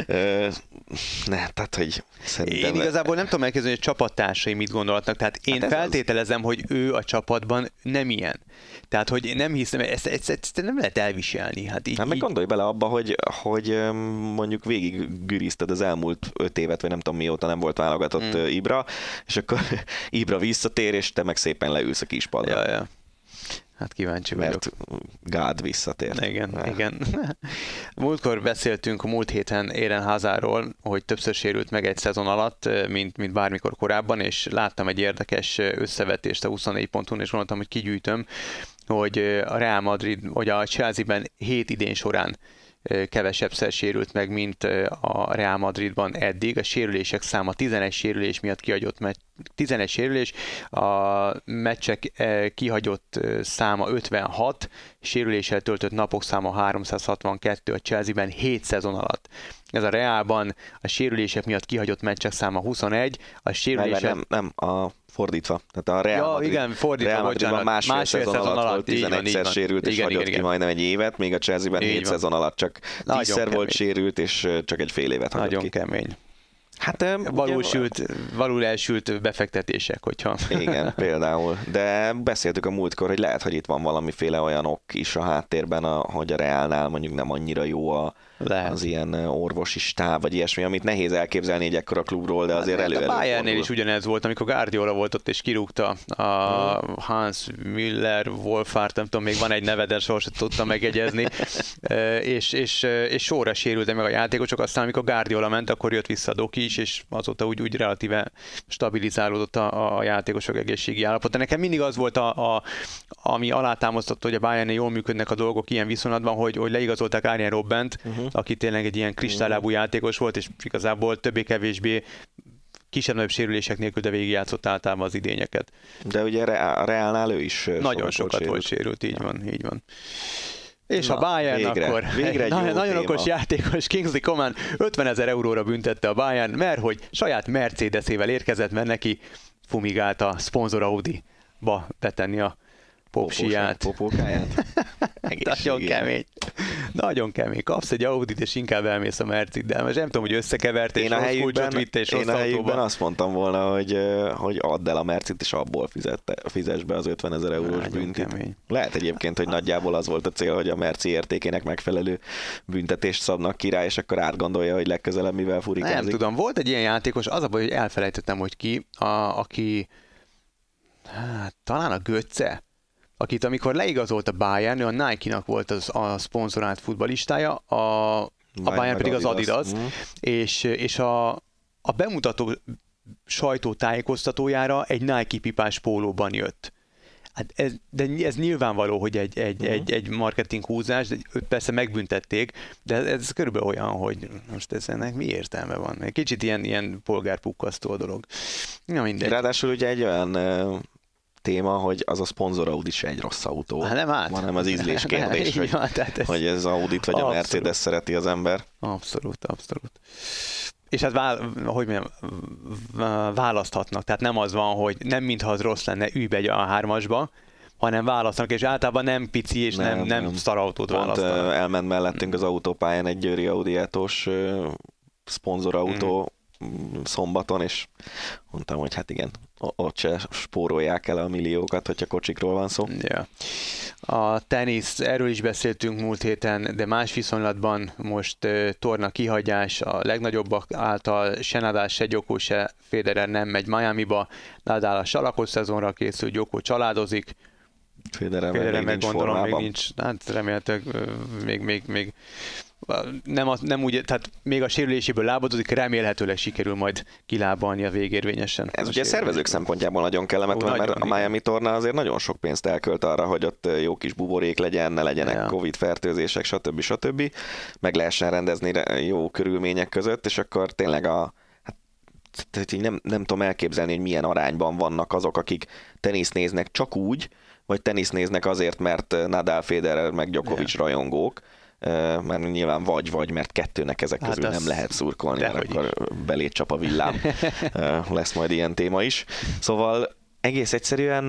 Ne, tehát, hogy szerintem... Én igazából nem tudom elképzelni, hogy a csapattársai mit gondolhatnak. Tehát én hát feltételezem, az... hogy ő a csapatban nem ilyen. Tehát, hogy nem hiszem, ezt, ezt, ezt nem lehet elviselni. Hát így, hát meg így... gondolj bele abba, hogy, hogy mondjuk végig gürizted az elmúlt öt évet, vagy nem tudom mióta nem volt válogatott válogatott mm. Ibra, és akkor Ibra visszatér, és te meg szépen leülsz a kispadra. Ja, ja. Hát kíváncsi vagyok. Mert Gád visszatért. Igen, ne. igen. Múltkor beszéltünk a múlt héten Eden Hazardról, hogy többször sérült meg egy szezon alatt, mint, mint bármikor korábban, és láttam egy érdekes összevetést a huszonnégy pont hu-n, és gondoltam, hogy kigyűjtöm, hogy a Real Madrid, vagy a Chelsea-ben hét idén során kevesebbszer sérült meg, mint a Real Madridban eddig. A sérülések száma tizenegy sérülés miatt kihagyott meccs, tizenegy sérülés, a meccsek kihagyott száma ötvenhat, sérüléssel töltött napok száma háromszázhatvankettő, a Chelsea-ben hét szezon alatt. Ez a Realban a sérülések miatt kihagyott meccsek száma huszonegy, a sérülések... Nem, nem, a fordítva. Tehát a Real ja, Madrid, igen, fordítva, Real Madridban másfél, másfél szezon, szezon alatt volt, tizenegyszer sérült, és igen, hagyott igen, ki majdnem egy évet, még a Chelsea-ben hét szezon alatt csak tízszer volt sérült, és csak egy fél évet hagyott Nagyon ki. Nagyon kemény. Hát, valósült, valul elsült befektetések, hogyha... Igen, például. De beszéltük a múltkor, hogy lehet, hogy itt van valamiféle olyan ok is a háttérben, a, hogy a Realnál mondjuk nem annyira jó a, az ilyen orvosi stáb, vagy ilyesmi, amit nehéz elképzelni egy ekkora klubról, de azért elő A Bayernnél is ugyanez volt, amikor Guardiola volt ott, és kirúgta a Hans Müller, Wolfart, nem tudom, még van egy neve, de sosem tudtam megegyezni, és, és, és sorra sérültek meg a játékosok, aztán amikor Guardiola ment, akkor jött vissza Doki is, és azóta úgy, úgy relatíve stabilizálódott a, a játékosok egészségi állapota. Nekem mindig az volt, a, a, ami alátámasztott, hogy a Bayernnél jól működnek a dolgok ilyen viszonylatban, hogy, hogy leigazolták Arjen Robbent, uh-huh. aki tényleg egy ilyen kristálylábú játékos volt, és igazából többé-kevésbé kisebb-nagyobb sérülések nélkül, de végigjátszott általában az idényeket. De ugye a Realnál ő is nagyon sokat volt, volt sérült, így van, így van. És Na, a Bayern végre, akkor végre egy nagyon, nagyon téma. okos játékos Kingsley Coman ötvenezer euróra büntette a Bayern, mert hogy saját Mercedesével érkezett, mert neki fumigált a szponzor Audi-ba betenni a popsiját. Popókáját? Nagyon kemény. Nagyon kemény. Kapsz egy Audit, és inkább elmész a Merciddel. Most nem tudom, hogy összekevert, és rossz kulcsot vitt, és rossz Én a helyükben autóba. azt mondtam volna, hogy, hogy add el a Mercit, és abból fizette, fizess be az ötvenezer eurós büntit. Lehet egyébként, hogy nagyjából az volt a cél, hogy a Merci értékének megfelelő büntetést szabnak ki rá, és akkor átgondolja, hogy legközelebb mivel furikázik. Nem tudom, volt egy ilyen játékos, az a baj, hogy elfelejtettem, hogy ki, a, aki hát, talán a Götze, akit amikor leigazolt a Bayern, ő a Nike-nak volt az, a szponzorált futballistája, a, a Bayern pedig az Adidas, Adidas mm. és, és a, a bemutató sajtótájékoztatójára egy Nike pipás pólóban jött. Hát ez, de ez nyilvánvaló, hogy egy, egy, mm. egy, egy marketing húzás, de persze megbüntették, de ez, ez körülbelül olyan, hogy most ez ennek mi értelme van? Kicsit ilyen, ilyen polgárpukkasztó a dolog. Ja, mindegy. Ráadásul ugye egy olyan téma, hogy az a szponzor Audi se egy rossz autó, hát nem át. hanem az ízlés kérdés, hogy, van, ez hogy ez Audit vagy abszolút. A Mercedes szereti az ember. Abszolút, abszolút. És hát vál, hogy mondjam, választhatnak, tehát nem az van, hogy nem mintha az rossz lenne, ülj be egy á hármasba, hanem választanak, és általában nem pici és nem, nem, nem, nem szarautót választanak. Pont elment mellettünk az autópályán egy győri Audi-átós szponzorautó mm. szombaton, és mondtam, hogy hát igen, ott se spórolják el a milliókat, hogyha kocsikról van szó. Ja. A tenisz, erről is beszéltünk múlt héten, de más viszonylatban most uh, torna kihagyás, a legnagyobbak által se Nadal, se Djoko, se Federer nem megy Miamiba, Nadal a salakos szezonra készül, Djoko családozik, Federer, Federer meg meg nincs gondolom formában. még nincs, hát remélhetőleg uh, még, még, még nem, az, nem úgy, tehát még a sérüléséből lábadozik, remélhetőleg sikerül majd kilábalni a végérvényesen. Ez ugye a szervezők szempontjából nagyon kellemetlen, mert a Miami torna azért nagyon sok pénzt elkölt arra, hogy ott jó kis buborék legyen, ne legyenek ja. Covid fertőzések, stb. stb. Meg lehessen rendezni jó körülmények között, és akkor tényleg a hát, nem, nem tudom elképzelni, hogy milyen arányban vannak azok, akik tenisz néznek csak úgy, vagy tenisz néznek azért, mert Nadal, Federer, meg Djokovic ja. rajongók, mert nyilván vagy-vagy, mert kettőnek ezek közül hát nem lehet szurkolni, mert akkor belé csap a villám. Lesz majd ilyen téma is. Szóval egész egyszerűen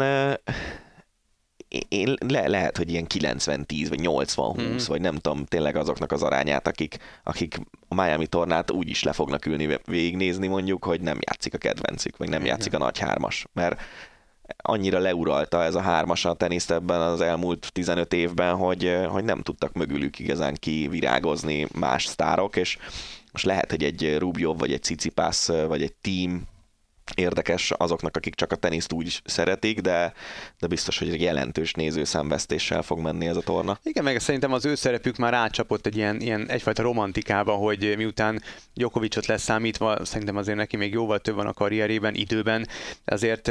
én le, lehet, hogy ilyen kilencven tíz, vagy nyolcvan húsz, mm. vagy nem tudom tényleg azoknak az arányát, akik, akik a Miami tornát úgy is le fognak ülni végignézni mondjuk, hogy nem játszik a kedvencük, vagy nem játszik a nagy hármas. Mert annyira leuralta ez a hármas a teniszt ebben az elmúlt tizenöt évben, hogy, hogy nem tudtak mögülük igazán kivirágozni más sztárok, és most lehet, hogy egy Rublev, vagy egy Tsitsipas, vagy egy Thiem érdekes azoknak, akik csak a teniszt úgy szeretik, de, de biztos, hogy egy jelentős nézőszámvesztéssel fog menni ez a torna. Igen, meg szerintem az ő szerepük már átcsapott egy ilyen, ilyen egyfajta romantikába, hogy miután Djokovicot leszámítva, szerintem azért neki még jóval több van a karrierében, időben, azért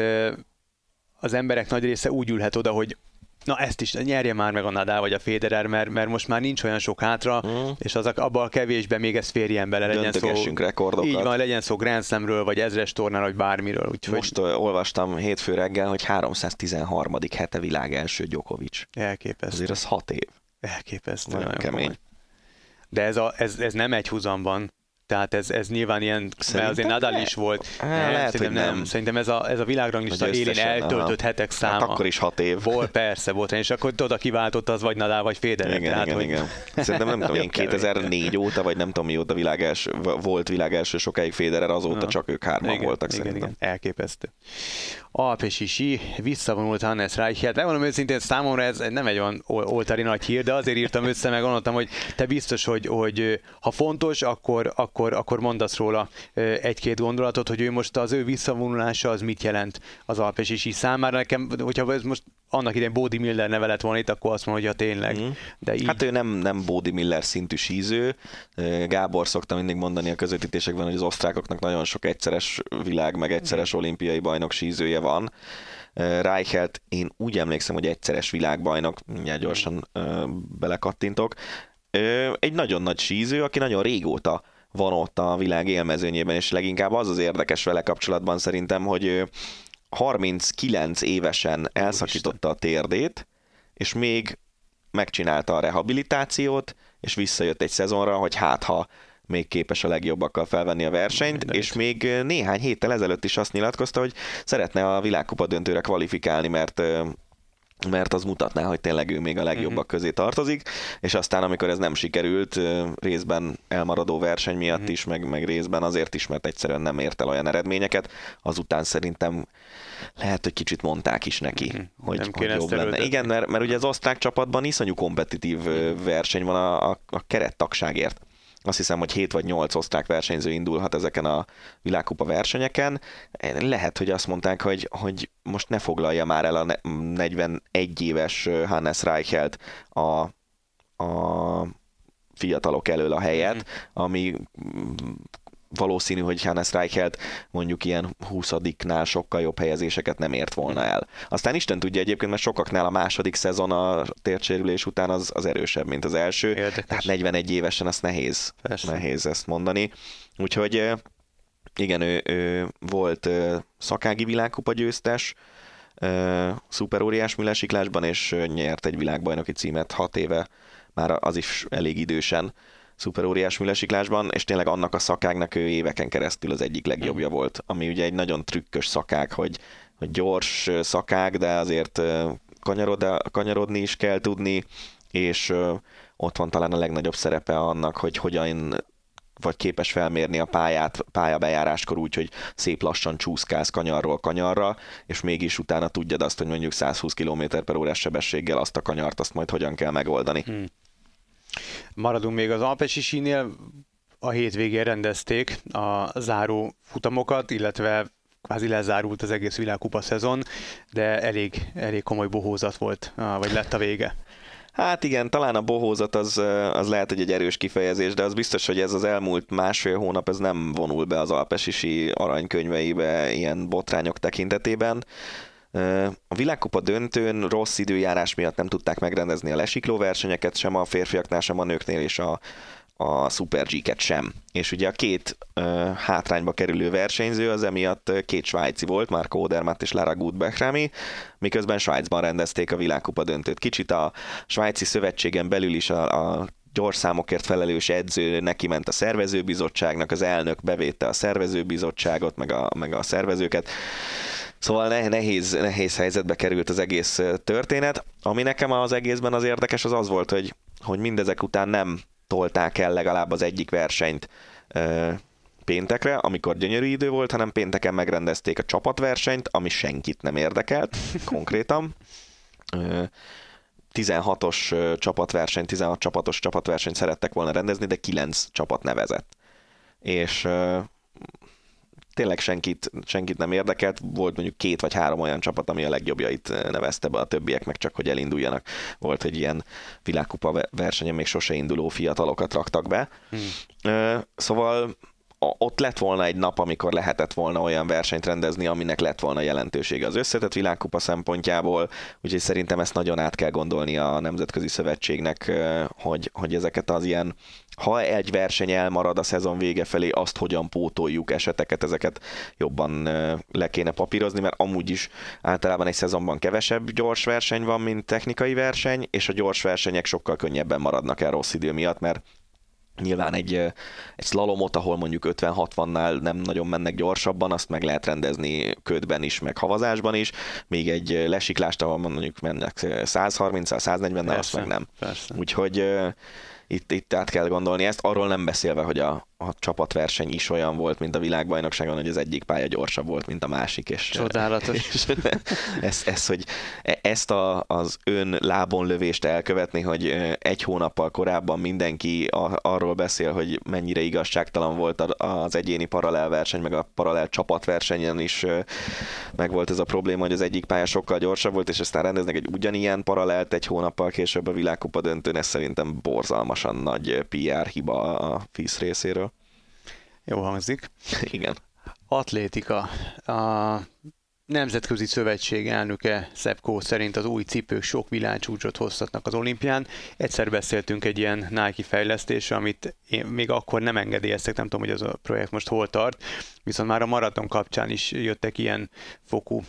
az emberek nagy része úgy ülhet oda, hogy na ezt is nyerje már meg a Nadal vagy a Federer, mert, mert most már nincs olyan sok hátra, mm. és az abban a kevésben még ez férjen bele, legyen szó, rekordokat. Így van, legyen szó Grand Slamről, vagy ezres tornáról, vagy bármiről. Úgyhogy... Most uh, olvastam hétfő reggel, hogy háromszáztizenharmadik hete világ első Djokovic. Elképesztő. Azért az hat év. Elképesztő. Nagyon, nagyon kemény. Komoly. De ez, a, ez, ez nem egy húzamban. Tehát ez, ez nyilván ilyen, szerintem mert azért Nadal is volt. Há, nem, lehet, szerintem nem. nem. Szerintem ez a, ez a világranglista élén eltöltött aha. hetek száma. Hát akkor is hat év. Volt, persze volt, és akkor oda kiváltott az vagy Nadal, vagy Federer. Igen, tehát, igen, hogy... igen. Szerintem nem tudom, én kétezer-négy óta, vagy nem tudom mióta világels, volt világelső sokáig Federer, azóta aha. csak ők hárman igen, voltak igen, szerintem. Igen. Elképesztő. Alpesi sí, visszavonult Hannes Reichelt. Megmondom őszintén, számomra ez nem egy olyan oltári nagy hír, de azért írtam össze, meg gondoltam, hogy te biztos, hogy, hogy ha fontos, akkor, akkor, akkor mondasz róla egy-két gondolatot, hogy ő most az ő visszavonulása az mit jelent az Alpesi sí számára. Nekem, hogyha ez most annak idején Bode Miller neve lett volna itt, akkor azt mondja, hogy ja, tényleg. Mm. De így... Hát ő nem, nem Bode Miller szintű síző. Gábor szokta mindig mondani a közvetítésekben, hogy az osztrákoknak nagyon sok egyszeres világ, meg egyszeres olimpiai bajnok sízője van. Reichelt, én úgy emlékszem, hogy egyszeres világbajnok, mindjárt gyorsan belekattintok. Egy nagyon nagy síző, aki nagyon régóta van ott a világ élmezőnyében, és leginkább az az érdekes vele kapcsolatban szerintem, hogy harminckilenc évesen elszakította a térdét, és még megcsinálta a rehabilitációt, és visszajött egy szezonra, hogy hát ha még képes a legjobbakkal felvenni a versenyt, Mindenit. És még néhány héttel ezelőtt is azt nyilatkozta, hogy szeretne a világkupa döntőre kvalifikálni, mert mert az mutatná, hogy tényleg ő még a legjobbak közé tartozik, és aztán amikor ez nem sikerült, részben elmaradó verseny miatt uh-huh. is, meg, meg részben azért is, mert egyszerűen nem ért el olyan eredményeket, azután szerintem lehet, hogy kicsit mondták is neki, uh-huh. hogy, hogy jobb lenne. Előtt. Igen, mert, mert ugye az osztrák csapatban iszonyú kompetitív uh-huh. verseny van a, a, a kerettagságért. Azt hiszem, hogy hét vagy nyolc osztrák versenyző indulhat ezeken a világkupa versenyeken. Lehet, hogy azt mondták, hogy, hogy most ne foglalja már el a negyvenegy éves Hannes Reichelt a, a fiatalok elől a helyet, mm. ami valószínű, hogy Hannes Reichelt mondjuk ilyen huszadiknál sokkal jobb helyezéseket nem ért volna el. Aztán Isten tudja egyébként, mert sokaknál a második szezon a térsérülés után az, az erősebb, mint az első. Érdekes. Tehát negyvenegy évesen azt nehéz, nehéz ezt mondani. Úgyhogy igen, ő, ő volt szakági világkupa győztes, szuperóriás műlesiklásban, és nyert egy világbajnoki címet hat éve, már az is elég idősen szuperóriás műlesiklásban, és tényleg annak a szakágnak ő éveken keresztül az egyik legjobbja volt, ami ugye egy nagyon trükkös szakág, hogy, hogy gyors szakág, de azért kanyarod, kanyarodni is kell tudni, és ott van talán a legnagyobb szerepe annak, hogy hogyan vagy képes felmérni a pályát, pályabejáráskor úgy, hogy szép lassan csúszkálsz kanyarról kanyarra, és mégis utána tudjad azt, hogy mondjuk százhúsz kilométer per órás sebességgel azt a kanyart, azt majd hogyan kell megoldani. Hmm. Maradunk még az Alpesi sínél, a hétvégén rendezték a záró futamokat, illetve kvázi lezárult az egész világkupa szezon, de elég, elég komoly bohózat volt, vagy lett a vége. Hát igen, talán a bohózat az, az lehet, hogy egy erős kifejezés, de az biztos, hogy ez az elmúlt másfél hónap ez nem vonul be az Alpesi sí aranykönyveibe ilyen botrányok tekintetében. A világkupa döntőn rossz időjárás miatt nem tudták megrendezni a lesikló versenyeket, sem a férfiaknál, sem a nőknél, és a, a Super G-ket sem. És ugye a két uh, hátrányba kerülő versenyző az emiatt két svájci volt, Marco Odermatt és Lara Gut-Behrami, miközben Svájcban rendezték a világkupa döntőt. Kicsit a svájci szövetségen belül is a, a gyors számokért felelős edző neki ment a szervezőbizottságnak, az elnök bevétte a szervezőbizottságot, meg a, meg a szervezőket. Szóval nehéz, nehéz helyzetbe került az egész történet. Ami nekem az egészben az érdekes, az az volt, hogy, hogy mindezek után nem tolták el legalább az egyik versenyt ö, péntekre, amikor gyönyörű idő volt, hanem pénteken megrendezték a csapatversenyt, ami senkit nem érdekelt, konkrétan. Ö, tizenhatos csapatverseny, tizenhat csapatos csapatversenyt szerettek volna rendezni, de kilenc csapat nevezett. És ö, tényleg senkit, senkit nem érdekelt, volt mondjuk két vagy három olyan csapat, ami a legjobbjait nevezte be, a többiek meg csak, hogy elinduljanak. Volt egy ilyen világkupa versenyen még sose induló fiatalokat raktak be. Hmm. Szóval ott lett volna egy nap, amikor lehetett volna olyan versenyt rendezni, aminek lett volna jelentősége az összetett világkupa szempontjából, úgyhogy szerintem ezt nagyon át kell gondolni a Nemzetközi Szövetségnek, hogy, hogy ezeket az ilyen, ha egy verseny elmarad a szezon vége felé, azt hogyan pótoljuk eseteket, ezeket jobban le kéne papírozni, mert amúgy is általában egy szezonban kevesebb gyors verseny van, mint technikai verseny, és a gyors versenyek sokkal könnyebben maradnak el rossz idő miatt, mert nyilván egy, egy szlalomot, ahol mondjuk ötven-hatvannál nem nagyon mennek gyorsabban, azt meg lehet rendezni ködben is, meg havazásban is, még egy lesiklást, ahol mondjuk mennek százharminccal, száznegyvennel, azt meg nem. Persze. Úgyhogy uh, itt, itt át kell gondolni ezt, arról nem beszélve, hogy a, a csapatverseny is olyan volt, mint a világbajnokságon, hogy az egyik pálya gyorsabb volt, mint a másik. És, csodálatos. És ez, ez, hogy ezt a, az ön lábon lövést elkövetni, hogy egy hónappal korábban mindenki a, arról beszél, hogy mennyire igazságtalan volt az egyéni paralelverseny, meg a paralel csapatversenyen is meg volt ez a probléma, hogy az egyik pálya sokkal gyorsabb volt, és aztán rendeznek egy ugyanilyen paralelt egy hónappal később a világkupa döntőn, ez szerintem borzalmasan nagy pé er hiba a FIS részéről. Jó hangzik. Igen. Atlétika. A Nemzetközi Szövetség elnöke Szepko szerint az új cipők sok világcsúcsot hozhatnak az olimpián. Egyszer beszéltünk egy ilyen Nike fejlesztésről, amit én még akkor nem engedélyeztek, nem tudom, hogy az a projekt most hol tart, viszont már a maraton kapcsán is jöttek ilyen fokú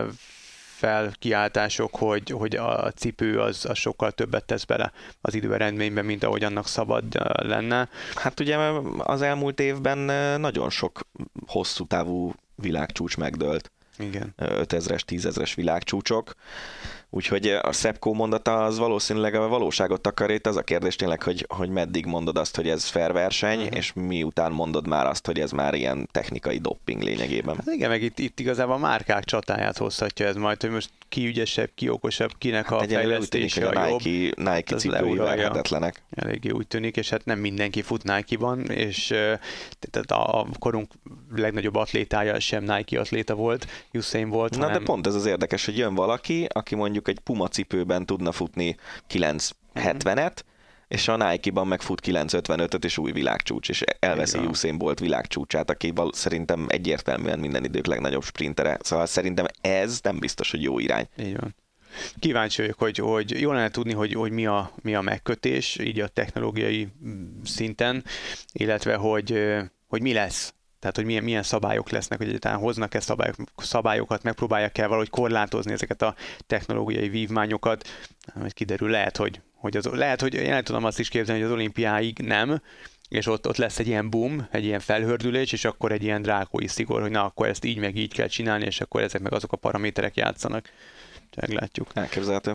felkiáltások, hogy, hogy a cipő az, az sokkal többet tesz bele az időeredményben, mint ahogy annak szabad lenne. Hát ugye az elmúlt évben nagyon sok hosszú távú világcsúcs megdőlt. Igen. ötezres, tízezres világcsúcsok. Úgyhogy a Szepko mondata az valószínűleg a valóságot takarít. Az a kérdés tényleg, hogy, hogy meddig mondod azt, hogy ez fair verseny, uh-huh. és miután mondod már azt, hogy ez már ilyen technikai dopping lényegében. Hát igen, meg itt, itt igazából a márkák csatáját hozhatja ez majd, hogy most ki ügyesebb, ki okosabb, kinek hát a fejlesztése a jobb. Nike, Nike cipői verhetetlenek. Eléggé úgy tűnik, és hát nem mindenki fut Nike-ban, és tehát a korunk legnagyobb atlétája sem Nike atléta volt, Usain Bolt. Na hanem... de pont ez az érdekes, hogy jön valaki, aki mondjuk egy Puma cipőben tudna futni kilenc hetvenet, és a Nike-ban megfut kilenc ötvenötöt, és új világcsúcs, és elveszi Usain Bolt világcsúcsát, aki val- szerintem egyértelműen minden idők legnagyobb sprintere. Szóval szerintem ez nem biztos, hogy jó irány. Így van. Kíváncsi vagyok, hogy, hogy jól lenne tudni, hogy, hogy mi, a, mi a megkötés, így a technológiai szinten, illetve hogy, hogy mi lesz. Tehát, hogy milyen, milyen szabályok lesznek, hogy egyáltalán hoznak-e szabályok, szabályokat, megpróbálják el valahogy korlátozni ezeket a technológiai vívmányokat. Majd kiderül, lehet, hogy, hogy, az, lehet, hogy én el tudom azt is képzelni, hogy az olimpiáig nem, és ott, ott lesz egy ilyen boom, egy ilyen felhördülés, és akkor egy ilyen drákói szigor, hogy na, akkor ezt így meg így kell csinálni, és akkor ezek meg azok a paraméterek játszanak. Meglátjuk. Elképzelhető.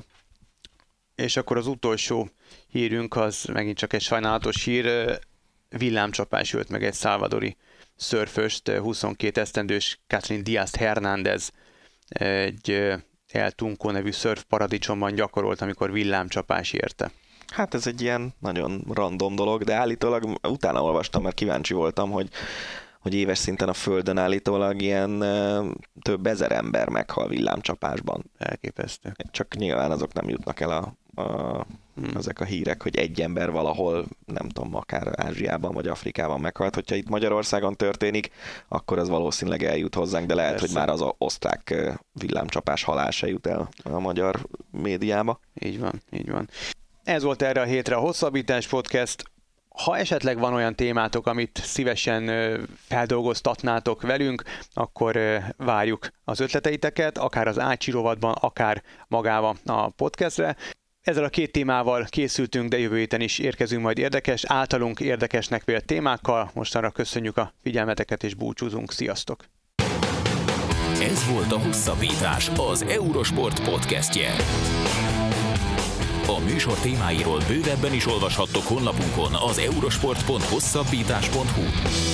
És akkor az utolsó hírünk, az megint csak egy sajnálatos hír, villámcsapás ölt meg egy szalvadori szörföst, huszonkét esztendős Catherine Diaz Hernández egy El Tunco nevű szörf paradicsomban gyakorolt, amikor villámcsapás érte. Hát ez egy ilyen nagyon random dolog, de állítólag utána olvastam, mert kíváncsi voltam, hogy, hogy éves szinten a Földön állítólag ilyen több ezer ember meghal villámcsapásban. Elképesztő. Csak nyilván azok nem jutnak el a, a Hmm. ezek a hírek, hogy egy ember valahol, nem tudom, akár Ázsiában vagy Afrikában meghalt. Hogyha itt Magyarországon történik, akkor az valószínűleg eljut hozzánk, de lehet, Persze. hogy már az a osztrák villámcsapás halál se jut el a magyar médiába. Így van, így van. Ez volt erre a hétre a Hosszabbítás Podcast. Ha esetleg van olyan témátok, amit szívesen feldolgoztatnátok velünk, akkor várjuk az ötleteiteket, akár az Ácsi rovatban, akár magával a podcastre. Ezzel a két témával készültünk, de jövő héten is érkezünk majd érdekes, általunk érdekesnek vélt témákkal. Mostanra köszönjük a figyelmeteket és búcsúzunk. Sziasztok! Ez volt a Hosszabbítás, az Eurosport podcastje. A műsor témáiról bővebben is olvashattok honlapunkon, az eurosport pont hosszabbítás pont hu.